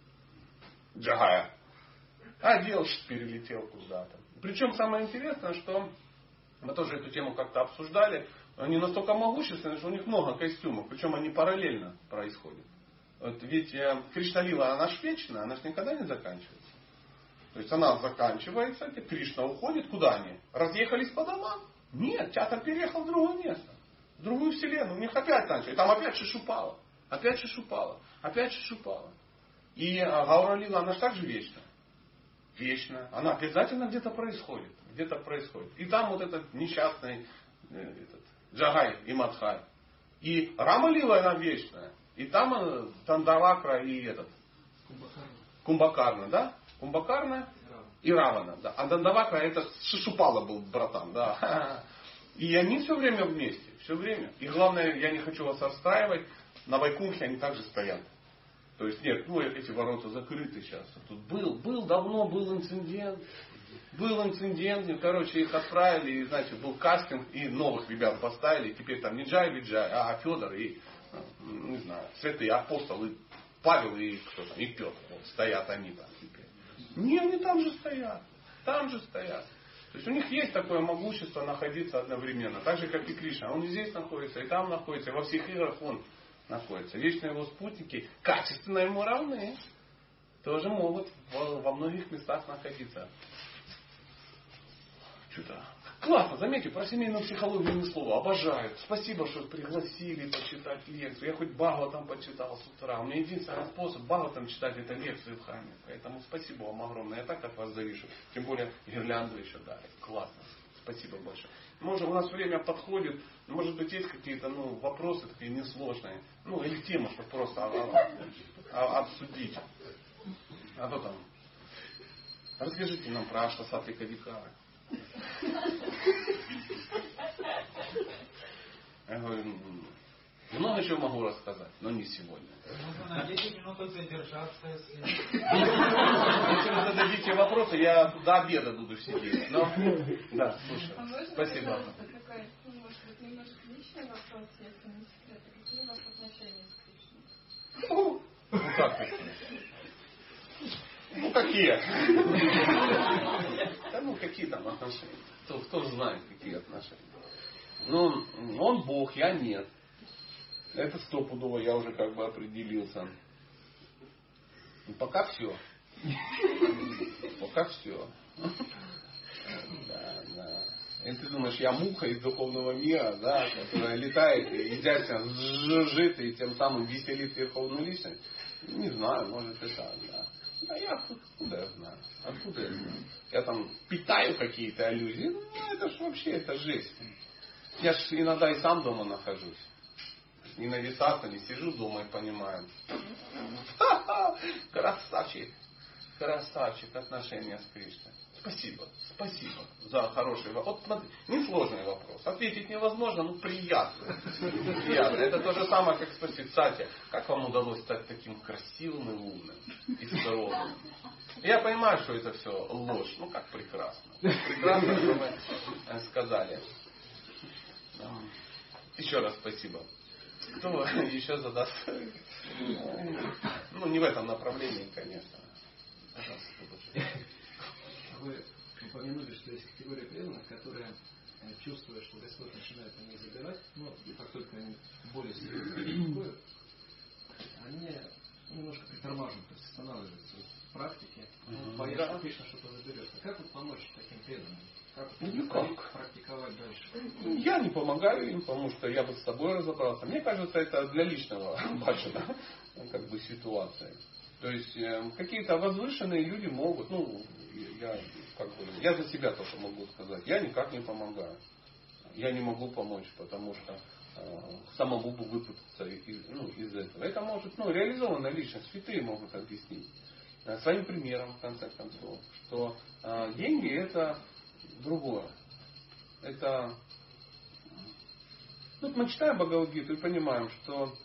Джагая. Одел, перелетел куда-то. Причем самое интересное, что мы тоже эту тему как-то обсуждали, они настолько могущественны, что у них много костюмов, причем они параллельно происходят. Вот ведь э, Кришна-лила, она ж вечная, она ж никогда не заканчивается. То есть она заканчивается, Кришна уходит, куда они? Разъехались по домам? Нет, театр переехал в другое место. В другую вселенную. У них опять начали. Там опять Шишупала. Опять Шишупала. Опять Шишупала. И Гауралила, она же также вечная. Вечная. Она обязательно где-то происходит. Где-то происходит. И там вот этот несчастный э, этот, Джагай и Мадхай. И Рамалила, она вечная. И там э, Тандавакра и этот. Кумбакарна. Кумбакарна, да? Кумбакарна и Равана. Да. А Тандавакра это Шишупала был братан. Да. И они все время вместе. Все время. И главное, я не хочу вас расстраивать, на Вайкунхе они также стоят. То есть нет, ну эти ворота закрыты сейчас. Тут был, был давно, был инцидент. Был инцидент, короче, их отправили, и, значит, был кастинг, и новых ребят поставили. И теперь там не Джай Виджай, а Федор и, не знаю, святые апостолы, Павел и кто там, и Петр. Вот, стоят они там теперь. Не, они там же стоят. Там же стоят. То есть у них есть такое могущество находиться одновременно. Так же, как и Кришна. Он и здесь находится, и там находится, и во всех играх он находится. Вечно его спутники качественно ему равны. Тоже могут во многих местах находиться. Что-то. Классно, заметьте, про семейную психологию ни слова. Обожаю. Спасибо, что пригласили почитать лекцию. Я хоть Бхагаватам почитал с утра. У меня единственный способ Бхагаватам читать это лекцию в храме. Поэтому спасибо вам огромное. Я так от вас завишу. Тем более гирлянду еще дали. Классно. Спасибо большое. Может, у нас время подходит. Может быть, есть какие-то ну, вопросы такие несложные. Ну, или темы, чтобы просто а, а, обсудить. А то там. Расскажите нам про Аштасатрика Викара. Я говорю, много чего могу рассказать, но не сегодня. Можно на десять минут задержаться, если... Если вы зададите вопросы, я до обеда буду сидеть. Но... Да, слушай. А Спасибо. Такой, ну, может быть, немножко личный вопрос, если не секрет. Какие у вас отношения с Кришной? Ну, как такие? Ну, какие? Да ну, какие там отношения? Кто, кто знает, какие отношения? Ну, он Бог, я нет. Это стопудово, я уже как бы определился. Ну, пока все. Пока все. Да, да. И ты думаешь, я муха из духовного мира, да, которая летает и изящно жужжит и тем самым веселит верховную личность? Не знаю, может и так, да. А я откуда я знаю? Откуда я знаю? Я там питаю какие-то аллюзии. Ну, это ж вообще, это жесть. Я ж иногда и сам дома нахожусь. Не на весах, не сижу дома и понимаю. Ха-ха! Красавчик. Красавчик. Отношения с Кришной. спасибо, спасибо за хороший вопрос. Вот смотри, несложный вопрос. Ответить невозможно, но приятно. приятно. Это то же самое, как спросить: Сатя, как вам удалось стать таким красивым и умным и здоровым? Я понимаю, что это все ложь. Ну как прекрасно. Прекрасно, что вы сказали. Еще раз спасибо. Кто еще задаст? Ну, не в этом направлении, конечно. Вы упомянули, что есть категория преданных, которые, чувствуя, что Господь начинает на них забирать, ну, и как только они более серьезно приходят, они немножко притормаживают, то есть останавливаются в практике, ну, понятно, что Кришна что-то заберет. А как вот помочь таким преданным? Как, ну, как практиковать дальше? Я не помогаю им, потому что я бы с собой разобрался. Мне кажется, это для личного бачена, как бы, ситуации. То есть э, какие-то возвышенные люди могут, ну, я, как бы, я за себя только могу сказать, я никак не помогаю. Я не могу помочь, потому что э, самому бы выпутаться из, ну, из этого. Это может, ну, реализованная личность, святые могут объяснить. Э, своим примером, в конце концов, что э, деньги это другое. Это... Тут мы читаем Бхагавад-гиту и понимаем, что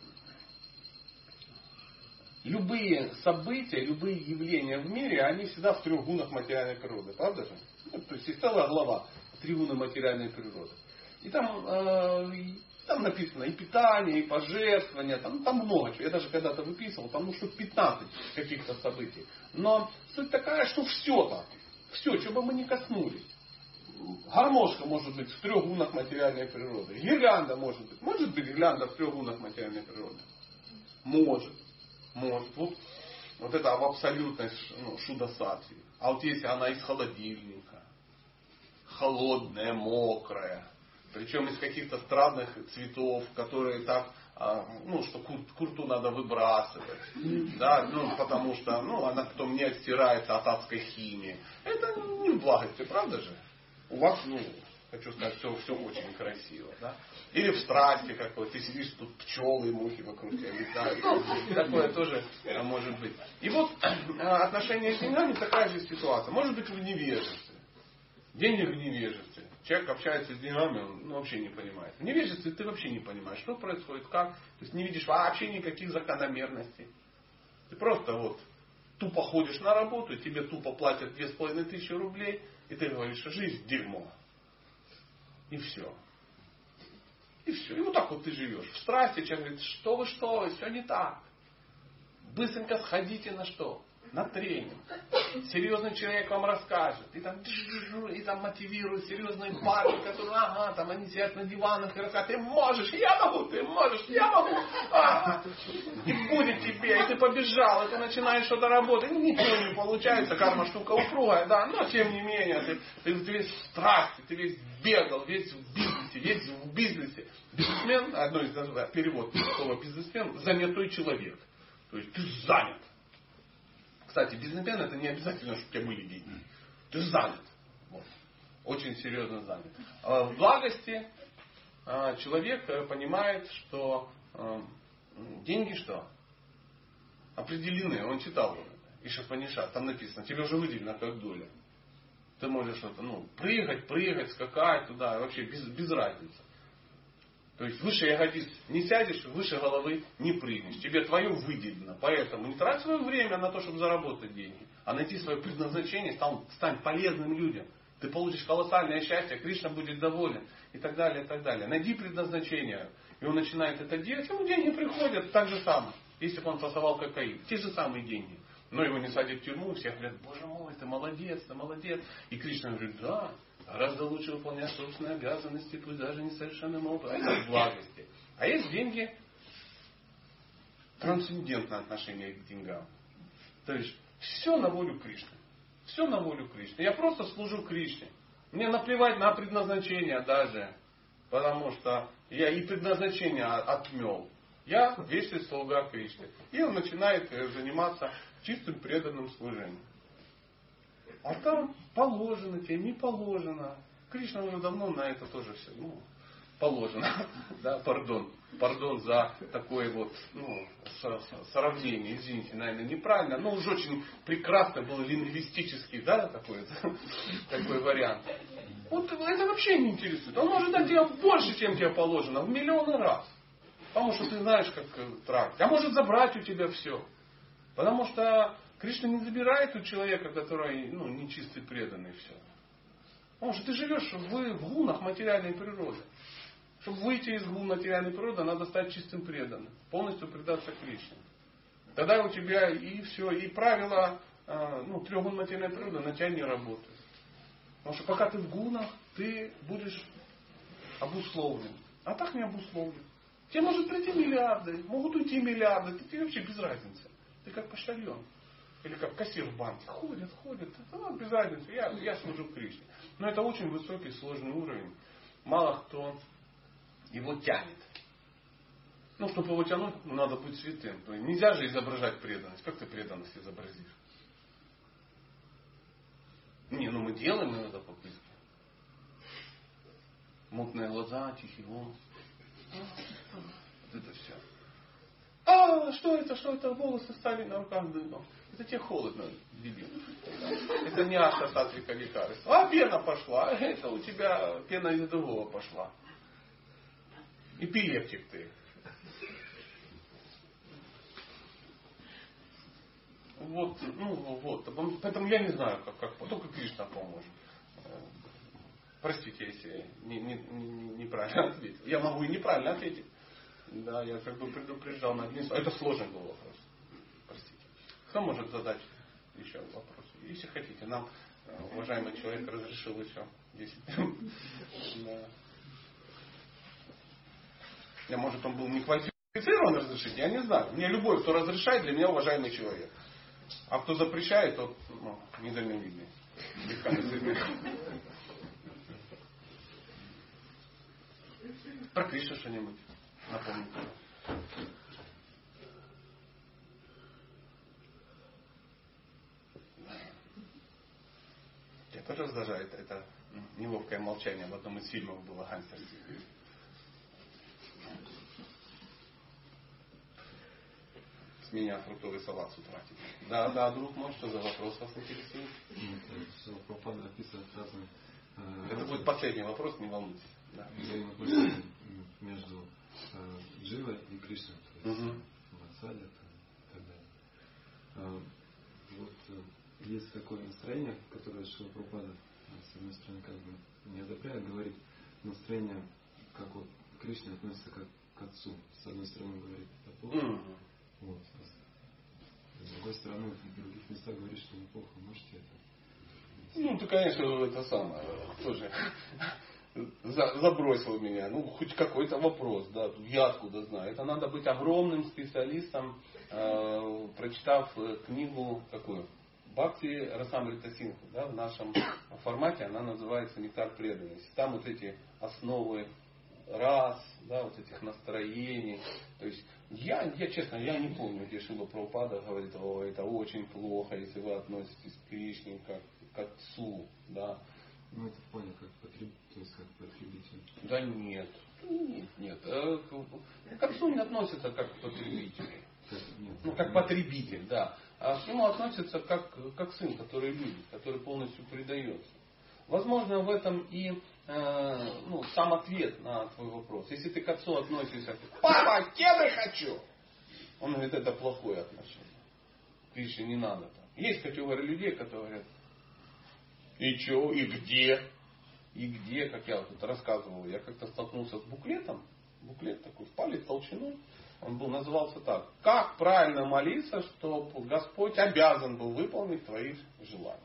любые события, любые явления в мире, они всегда в трех гунах материальной природы. Правда же? Ну, то есть есть целая глава «Три гуна материальной природы». И там, э, там написано и питание, и пожертвования, там, там много чего. Я даже когда-то выписывал, там ну, штук пятнадцать каких-то событий. Но суть такая, что все так. Все, чего бы мы ни коснулись. Гармошка может быть в трех гунах материальной природы. Гирлянда может быть. Может быть гирлянда в трех гунах материальной природы? Может. Может. Вот, вот это в абсолютной ну, шудасати. А вот если она из холодильника, холодная, мокрая, причем из каких-то странных цветов, которые так, ну, что курту надо выбрасывать, да, ну, потому что, ну, она потом не отстирается от адской химии. Это не в благости, правда же? У вас, ну, хочу сказать, все, все очень красиво, да? Или в страсти какой, ты сидишь, тут пчелы и мухи вокруг тебя летают. Ну, такое тоже может быть. И вот отношение с деньгами такая же ситуация. Может быть в невежестве. Деньги в невежестве. Человек общается с деньгами, он ну, вообще не понимает. В невежестве ты вообще не понимаешь, что происходит, как. То есть не видишь вообще никаких закономерностей. Ты просто вот тупо ходишь на работу, тебе тупо платят две с половиной тысячи рублей, и ты говоришь, что жизнь дерьмо. И все. И все. И вот так вот ты живешь. В страсти человек говорит, что вы что, все не так. Быстренько сходите на что? На тренинг. Серьезный человек вам расскажет. И там, и там мотивирует серьезные парни, которые, ага, там они сидят на диванах и рассказывают, ты можешь, я могу, ты можешь, я могу. Ага. И будет тебе, и ты побежал, и ты начинаешь что-то работать, и ничего не получается, карма штука упругая, да, но тем не менее, ты, ты, ты весь в страсти, ты весь бегал, весь в бизнесе, весь в бизнесе. Бизнесмен, одно из перевод слова бизнесмен, занятой человек. То есть ты занят. Кстати, бизнесмен это не обязательно, чтобы у тебя были деньги. Ты занят. Вот. Очень серьезно занят. В благости человек понимает, что деньги что? Определены. Он читал Ишапанишат. Там написано, тебе уже выделено как доля. Ты можешь что-то, ну, прыгать, прыгать, скакать туда. Вообще без, без разницы. То есть выше ягодиц не сядешь, выше головы не прыгнешь. Тебе твое выделено. Поэтому не трать свое время на то, чтобы заработать деньги. А найти свое предназначение, стань, стань полезным людям. Ты получишь колоссальное счастье, Кришна будет доволен. И так далее, и так далее. Найди предназначение. И он начинает это делать, ему деньги приходят так же самое. Если бы он тасовал кокаин. Те же самые деньги. Но его не садят в тюрьму, все говорят, боже мой, ты молодец, ты молодец. И Кришна говорит, да, гораздо лучше выполнять собственные обязанности, пусть даже несовершенным образом. Это в благости. А есть деньги, трансцендентное отношение к деньгам. То есть все на волю Кришны. Все на волю Кришны. Я просто служу Кришне. Мне наплевать на предназначение даже. Потому что я и предназначение отмел. Я вечный слуга Кришны. И он начинает заниматься чистым преданным служением. А там положено тебе, не положено. Кришна уже давно на это тоже все. Ну, положено. Да, пардон. Пардон за такое вот ну, сравнение. Извините, наверное, неправильно. Но уже очень прекрасно был лингвистический, да, такой, такой вариант. Вот это вообще не интересует. Он может дать тебе больше, чем тебе положено, в миллионы раз. Потому что ты знаешь, как тратить. А может забрать у тебя все. Потому что Кришна не забирает у человека, который ну, нечистый, преданный, все. Потому что ты живешь в, в гунах материальной природы. Чтобы выйти из гун материальной природы, надо стать чистым преданным. Полностью предаться Кришне. Тогда у тебя и все, и правила ну, трех гун материальной природы на тебя не работают. Потому что пока ты в гунах, ты будешь обусловлен. А так не обусловлен. Тебе может прийти миллиарды, могут уйти миллиарды. Ты, тебе вообще без разницы. Ты как почтальон. Или как кассир в банке. Ходит, ходит. Ну, без разницы. Я, я служу Кришне. Но это очень высокий, сложный уровень. Мало кто его тянет. Ну, чтобы его тянуть, надо быть святым. То есть нельзя же изображать преданность. Как ты преданность изобразишь? Не, ну мы делаем иногда попытки. Мутные глаза, тихий голос. Вот это все. А, что это, что это? Волосы стали на руках дыбом. Это тебе холодно, дебил. Это не аштасатвика викары. А пена пошла. Это у тебя пена из другого пошла. Эпилептик ты. Вот, ну вот. Поэтому я не знаю, как, как только Кришна поможет. Простите, если не, не, не, неправильно ответил. Я могу и неправильно ответить. Да, я как бы предупреждал на один. Это сложный был вопрос. Простите. Кто может задать еще вопрос? Если хотите. Нам уважаемый человек разрешил еще десять минут. Да. Я, может, он был не квалифицирован разрешить, я не знаю. Мне любой, кто разрешает, для меня уважаемый человек. А кто запрещает, тот ну, недальновидный. Про Кришну что-нибудь напомните. Тебя тоже раздражает это неловкое молчание. В одном из фильмов было гангстерских. С меня фруктовый салат с утра. Да, да, друг мой, что за вопрос вас интересует? Все пропадно описывает разные. Это будет последний вопрос, не волнуйтесь. Да. Взаимоотношения между э, Дживой и Кришной, то есть угу. Ватсалия и так далее. А, вот э, есть такое настроение, которое Шрила Прабхупада, с одной стороны, как бы не одобряет, говорит настроение, как вот Кришна относится как к отцу. С одной стороны говорит, это плохо. Угу. Вот. А с другой стороны, в других местах говорит, что неплохо. Можете это? Ну, ты, конечно, это самое тоже забросил меня. Ну, хоть какой-то вопрос, да. Я откуда знаю. Это надо быть огромным специалистом, э, прочитав книгу какую? Бхакти Расамрита Синху. Да, в нашем формате она называется «Нектар преданности». Там вот эти основы рас, да, вот этих настроений. То есть я, я честно, я не помню, где Шрила Прабхупада говорит, о, это очень плохо, если вы относитесь к Кришне как к отцу, да. Ну, это в плане как потребитель, то есть как потребитель. Да нет, нет, нет. К отцу не относится как к потребителю. Нет, ну, как потребитель, да. А к нему относится как, как сын, который любит, который полностью предается. Возможно, в этом и э, ну, сам ответ на твой вопрос. Если ты к отцу относишься, папа, кеды хочу! Он говорит, это плохое отношение. Кришне не надо так. Есть категория людей, которые говорят, и что, и где? И где, как я тут рассказывал, я как-то столкнулся с буклетом. Буклет такой, в палец толщиной. Он был, назывался так. Как правильно молиться, чтобы Господь обязан был выполнить твои желания.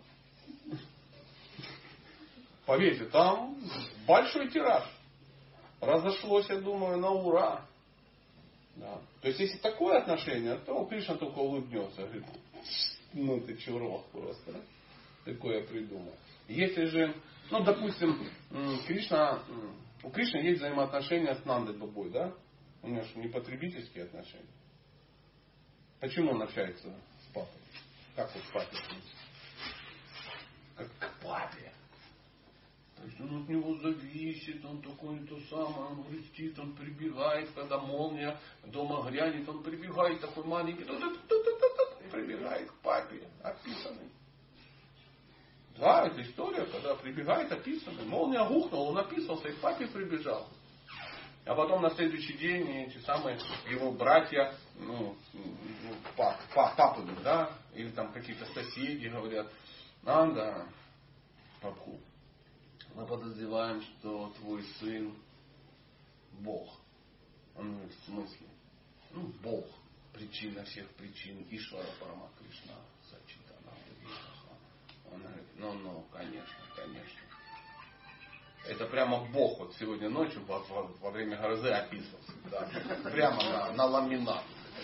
Поверьте, там большой тираж. Разошлось, я думаю, на ура. Да. То есть, если такое отношение, то Кришна только улыбнется. Говорит, ну ты чурок просто. Да? Такое я придумал. Если же, ну, допустим, Кришна, у Кришны есть взаимоотношения с Нандой Бабой, да? У него же не потребительские отношения. Почему он общается с папой? Как вот с папой? Как к папе. То есть он от него зависит, бесит, он такой то самое, он грустит, он прибегает, когда молния дома грянет, он прибегает такой маленький, прибегает к папе, описанный. Да, это история, когда прибегает описанный. Молния гухнула, он описался и к папе прибежал. А потом на следующий день эти самые его братья, ну, пап, пап, папы, да, или там какие-то соседи говорят, а, да, папку, мы подозреваем, что твой сын Бог. Он говорит, в смысле? Ну, Бог, причина всех причин, Ишвара Парама Кришна, Сачитана. Он говорит, ну, ну, конечно, конечно. Это прямо Бог вот сегодня ночью во, во, во время грозы описывался. Да, прямо на, на ламинат.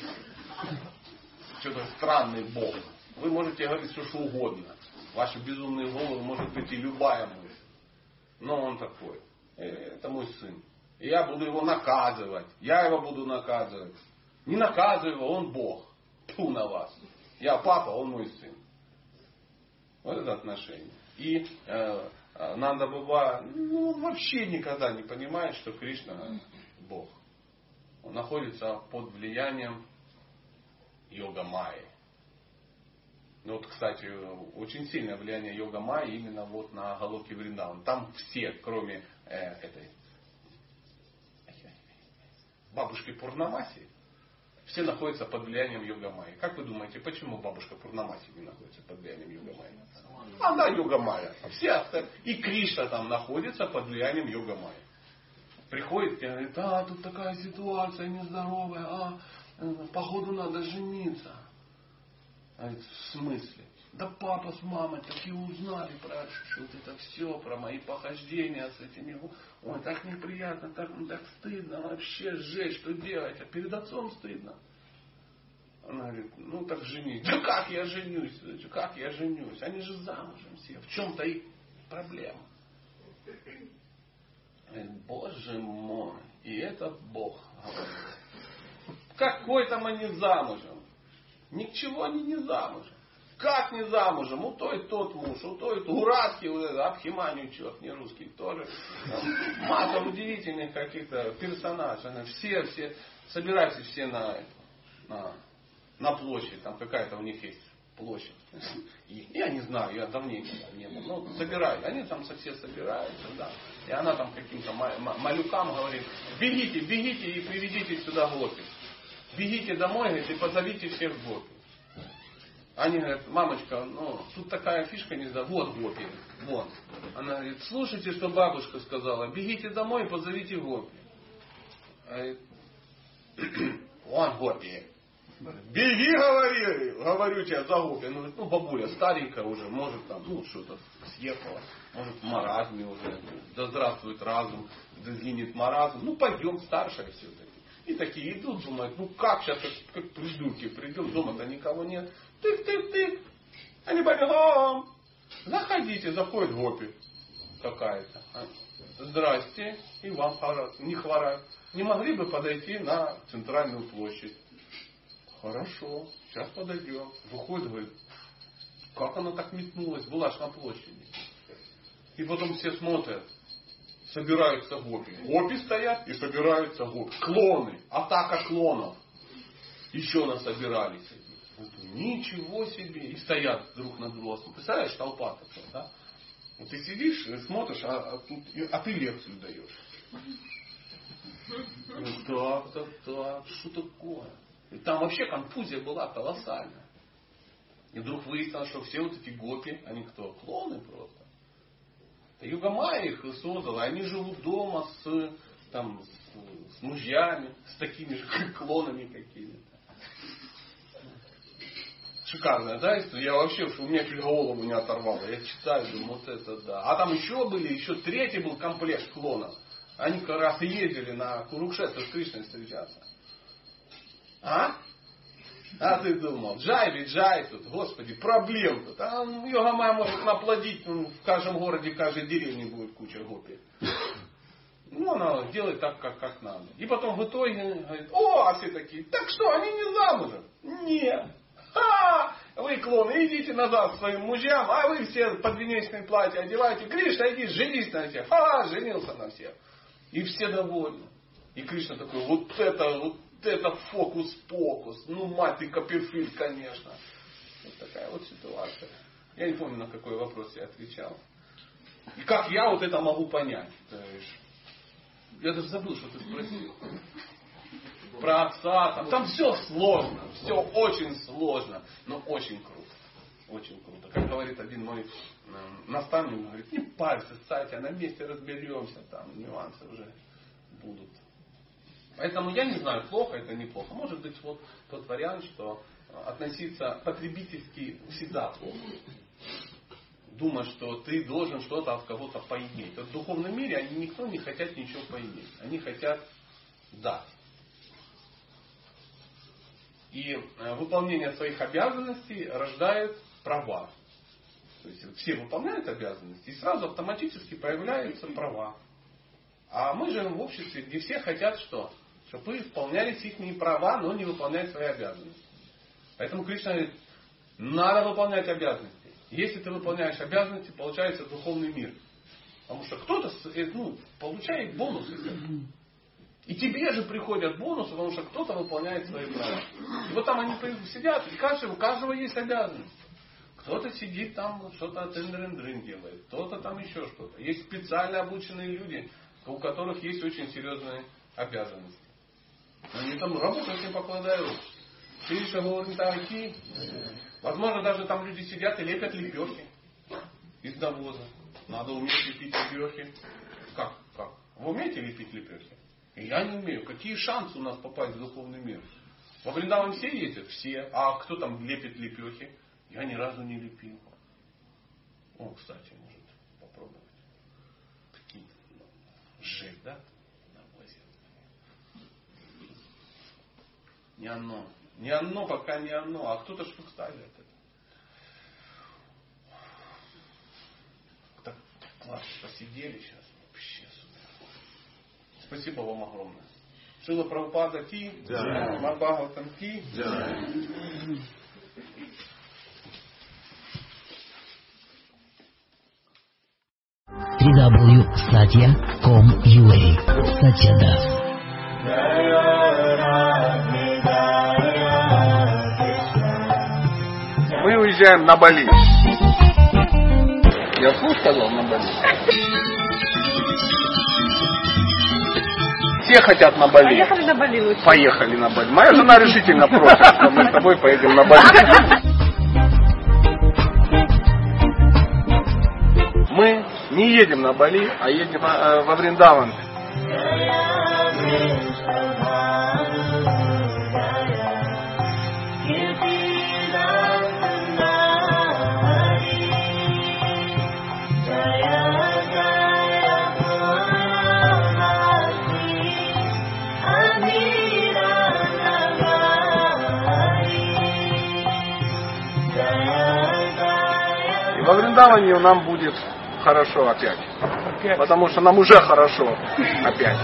Что-то странный Бог. Вы можете говорить все, что угодно. Ваши безумные головы может быть и любая мысль. Но он такой. Это мой сын. И я буду его наказывать. Я его буду наказывать. Не наказывай его, он Бог. Тьфу на вас. Я папа, он мой сын. Вот это отношение. И э, Нанда Баба ну, вообще никогда не понимает, что Кришна Бог. Он находится под влиянием йога майи. Ну вот, кстати, очень сильное влияние йога майи именно вот на Галоки Вриндаван. Там все, кроме э, этой бабушки Пурнамаси, все находятся под влиянием йога майи. Как вы думаете, почему бабушка Пурнамаси не находится под влиянием йога майи? Она йога майя. Все остальные. И Кришна там находится под влиянием йога майи. Приходит и говорит, а, тут такая ситуация нездоровая, а, походу надо жениться. Говорит, в смысле? Да папа с мамой такие узнали про вот это все, про мои похождения с этими. Ой, так неприятно, так, так стыдно, вообще жесть, что делать? А перед отцом стыдно. Она говорит, ну так женись. Да как я женюсь? Как я женюсь? Они же замужем все. В чем-то их проблема. Говорит, Боже мой, и это Бог. Какой там они замужем? Ничего они не замужем. Как не замужем? У той тот муж, у той у Радхи, у Абхиманию, черт, не русский тоже. Масса удивительных каких-то персонажей. Все, все, собираются все на, на, на площадь. Там какая-то у них есть площадь. И, я не знаю, я давненько там не был. Ну, собирают. Они там все собираются, да. И она там каким-то малюкам говорит, бегите, бегите и приведите сюда гопи. Бегите домой, говорит, и позовите всех гопи. Они говорят, мамочка, ну, тут такая фишка не знаю, вот гопи, вон. Она говорит, слушайте, что бабушка сказала, бегите домой и позовите гопи. Говорит, вон гопи. Беги, говори, говорю тебе, за гопи. Ну, ну, бабуля старенькая уже, может там, ну, что-то съехала, может в маразме уже, да здравствует разум, да сгинет маразм, ну, пойдем, старшая все-таки. И такие идут, думают, ну как сейчас, как, как придурки, придем, дома-то никого нет. Тык-тык-тык. Они бегом. Заходите, заходит гопи какая-то. Здрасте, и вам не хворать. Не могли бы подойти на центральную площадь? Хорошо, сейчас подойдем. Выходит, говорит, как она так метнулась, была ж на площади. И потом все смотрят. Собираются гопи. Гопи стоят и собираются гопи. Клоны. Атака клонов. Еще насобирались. Ничего себе. И стоят друг на друга. Представляешь, толпа такая, да? Вот ты сидишь и смотришь, а, а, тут, а ты лекцию даешь. Так, так, так. Что такое? И там вообще конфузия была колоссальная. И вдруг выяснилось, что все вот эти гопи, они кто? Клоны просто. Йога майя их создала, они живут дома с, там, с, с мужьями, с такими же клонами какими-то. Шикарная, да, история? Я вообще, у меня чуть голову не оторвало. Я читаю, думаю, вот это да. А там еще были, еще третий был комплект клонов. Они как раз и ездили на Курукшетру с Кришной встречаться. А? А ты думал, джай ведь джай тут, господи, проблем тут. А йога майя может наплодить, ну, в каждом городе, в каждой деревне будет куча гопи. Ну, она делает так, как, как надо. И потом в итоге говорит, о, а все такие, так что, они не замужем? Нет. Ха! вы, клоны, идите назад к своим мужьям, а вы все подвенечные платья одеваете. Кришна, иди, женись на всех. Ха, женился на всех. И все довольны. И Кришна такой, вот это, вот это фокус-покус. Ну, мать ты, Копперфильд, конечно. Вот такая вот ситуация. Я не помню, на какой вопрос я отвечал. И как я вот это могу понять? Я даже забыл, что ты спросил. Про отца. Там, там все сложно. Все очень сложно. Но очень круто. Очень круто. Как говорит один мой э, наставник, говорит, не парься, Сатя, на месте разберемся. Там нюансы уже будут. Поэтому я не знаю, плохо это, неплохо. Может быть, вот тот вариант, что относиться потребительски всегда плохо. Думать, что ты должен что-то от кого-то поиметь. Вот в духовном мире они никто не хотят ничего поиметь. Они хотят дать. И выполнение своих обязанностей рождает права. То есть все выполняют обязанности, и сразу автоматически появляются права. А мы живем в обществе, где все хотят что? Чтобы вы исполняли их права, но не выполняли свои обязанности. Поэтому Кришна говорит, надо выполнять обязанности. Если ты выполняешь обязанности, получается духовный мир. Потому что кто-то ну, получает бонусы. И тебе же приходят бонусы, потому что кто-то выполняет свои права. И вот там они сидят, и каждый, у каждого есть обязанность. Кто-то сидит там, что-то тын-дрын-дрын делает, кто-то там еще что-то. Есть специально обученные люди, у которых есть очень серьезные обязанности. Они там работают, не покладая рук. Кришна говорит, такие. Возможно, даже там люди сидят и лепят лепешки из навоза. Надо уметь лепить лепешки. Как? Как? Вы умеете лепить лепешки? Я не умею. Какие шансы у нас попасть в духовный мир? Во Вриндаван все ездят? Все. А кто там лепит лепехи? Я ни разу не лепил. О, кстати, может попробовать. Такие. Сжечь, да? На возе. Не оно. Не оно, пока не оно. А кто-то что ставит это. Так классно посидели сейчас. Вообще супер. Спасибо вам огромное. Шрила Прабхупада Ки. Шримад Бхагаватам Ки. дабл ю дабл ю дабл ю точка сатья точка ком точка ю а Сатья Дас. Мы уезжаем на Бали. Я вслух сказал на Бали. Все хотят на Бали. Поехали на Бали лучше. Поехали на Бали. Моя жена решительно против, что мы с тобой поедем на Бали. Мы не едем на Бали, а едем во Вриндаван. И во Вриндаване нам будет хорошо опять. опять. Потому что нам уже хорошо опять.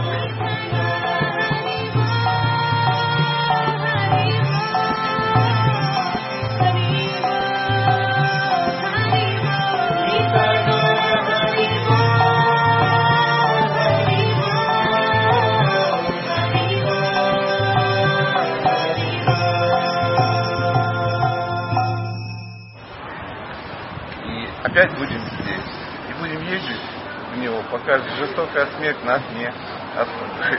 И опять будем здесь. И будем ездить в него, пока жестокая смерть нас не остановит.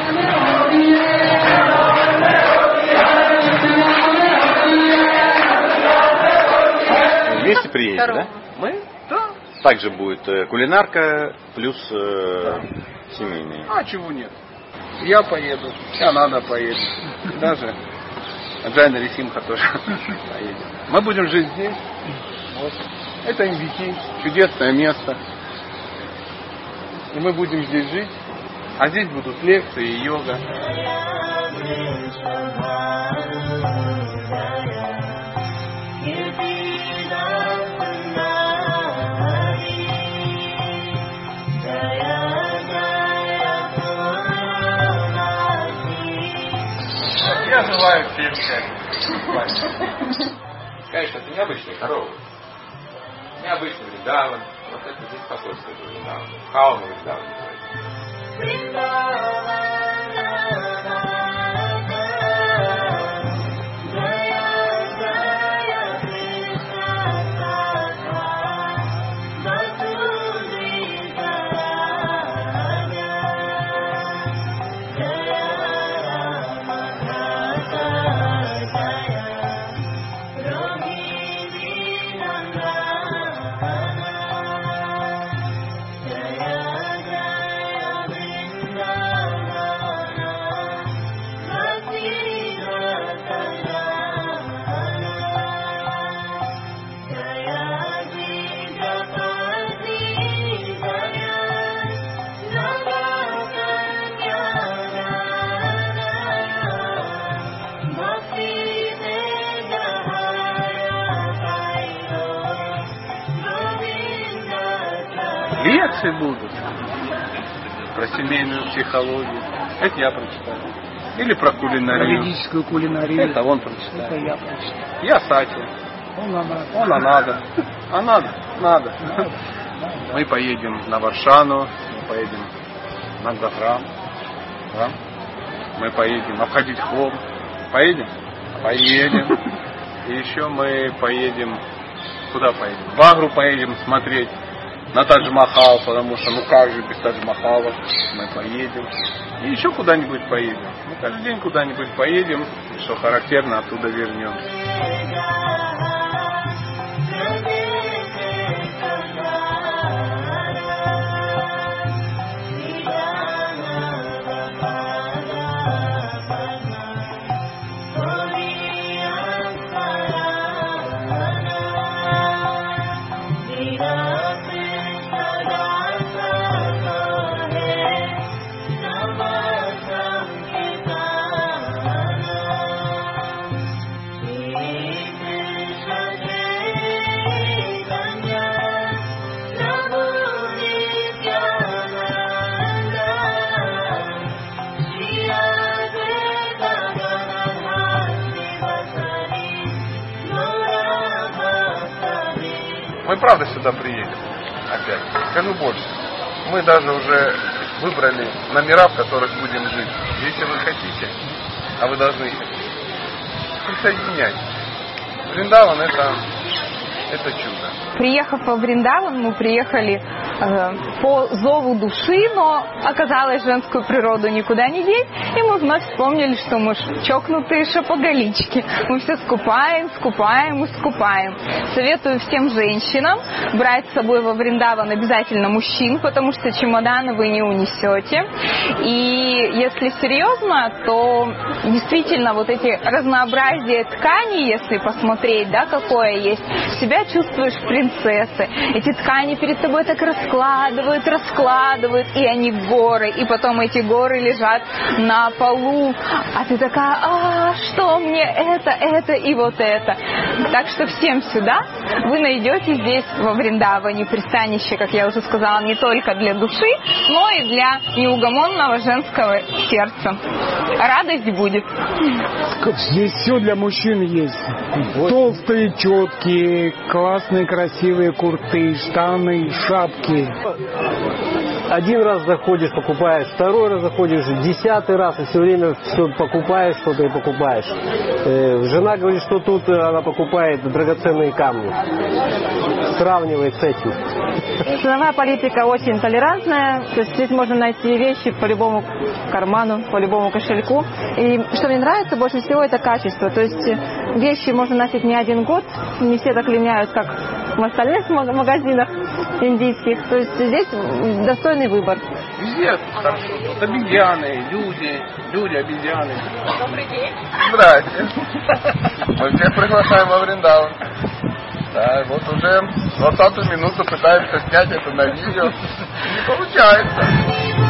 Вместе приедете, да? Мы? Да. Также будет э, кулинарка плюс э, Да. семейные. А чего нет? Я поеду, Канада поедет. Даже Джайна Рисимха тоже поедет. Мы будем жить здесь. Вот. Это эм ви ти, чудесное место. И мы будем здесь жить. А здесь будут лекции и йога. Я желаю всем счастья. необычные коровы. Необычный Вриндаван. Вот это здесь посольство Вриндавана. Хаома Вриндавана. Лекции будут про семейную психологию. Это я прочитаю. Или про кулинарию. Ведическую кулинарию. Это он прочитает. Это я прочитаю. Я Сати. Он а надо. Он а надо. А надо? Надо. Мы поедем на Варшану, мы поедем на Гаграм. Да? Мы поедем обходить Хом. Поедем? Поедем. И еще мы поедем... Куда поедем? В Агру поедем смотреть на Тадж-Махал, потому что ну как же без Тадж-Махала, мы поедем. И еще куда-нибудь поедем. Мы каждый день куда-нибудь поедем, что характерно, оттуда вернемся. Мы правда сюда приедем опять. Скажу больше. Мы даже уже выбрали номера, в которых будем жить. Если вы хотите, а вы должны хотеть, присоединяйтесь. Вриндаван это, это чудо. Приехав во Вриндаван, мы приехали э, по зову души, но оказалось, женскую природу никуда не деть, и мы вновь вспомнили, что мы чокнутые шопоголички. Мы все скупаем, скупаем и скупаем. Советую всем женщинам брать с собой во Вриндаван обязательно мужчин, потому что чемоданы вы не унесете. И если серьезно, то действительно вот эти разнообразие тканей, если посмотреть, да, какое есть, себя чувствуешь принцессой. Эти ткани перед тобой так раскладывают, раскладывают, и они горы, и потом эти горы лежат на полу, а ты такая, а что мне это, это и вот это. Так что всем сюда. Вы найдете здесь во Вриндаване пристанище, как я уже сказала, не только для души, но и для неугомонного женского сердца. Радость будет. Здесь все для мужчин есть. Толстые, четкие, классные, красивые курты, штаны, шапки. Один раз заходишь, покупаешь, второй раз заходишь, десятый раз, и все время все покупаешь, что-то и покупаешь. Э, жена говорит, что тут она покупает драгоценные камни. Сравнивает с этим. Ценовая политика очень толерантная, то есть здесь можно найти вещи по любому карману, по любому кошельку. И что мне нравится больше всего, это качество. То есть вещи можно носить не один год, не все так линяют, как в остальных магазинах индийских. То есть здесь достойный выбор. Везде хорошо. Тут обезьяны, люди, люди, обезьяны. Добрый день. Здрасте. Мы всех приглашаем во Вриндаван. Да, вот уже двадцатую минуту пытаемся снять это на видео. Не получается.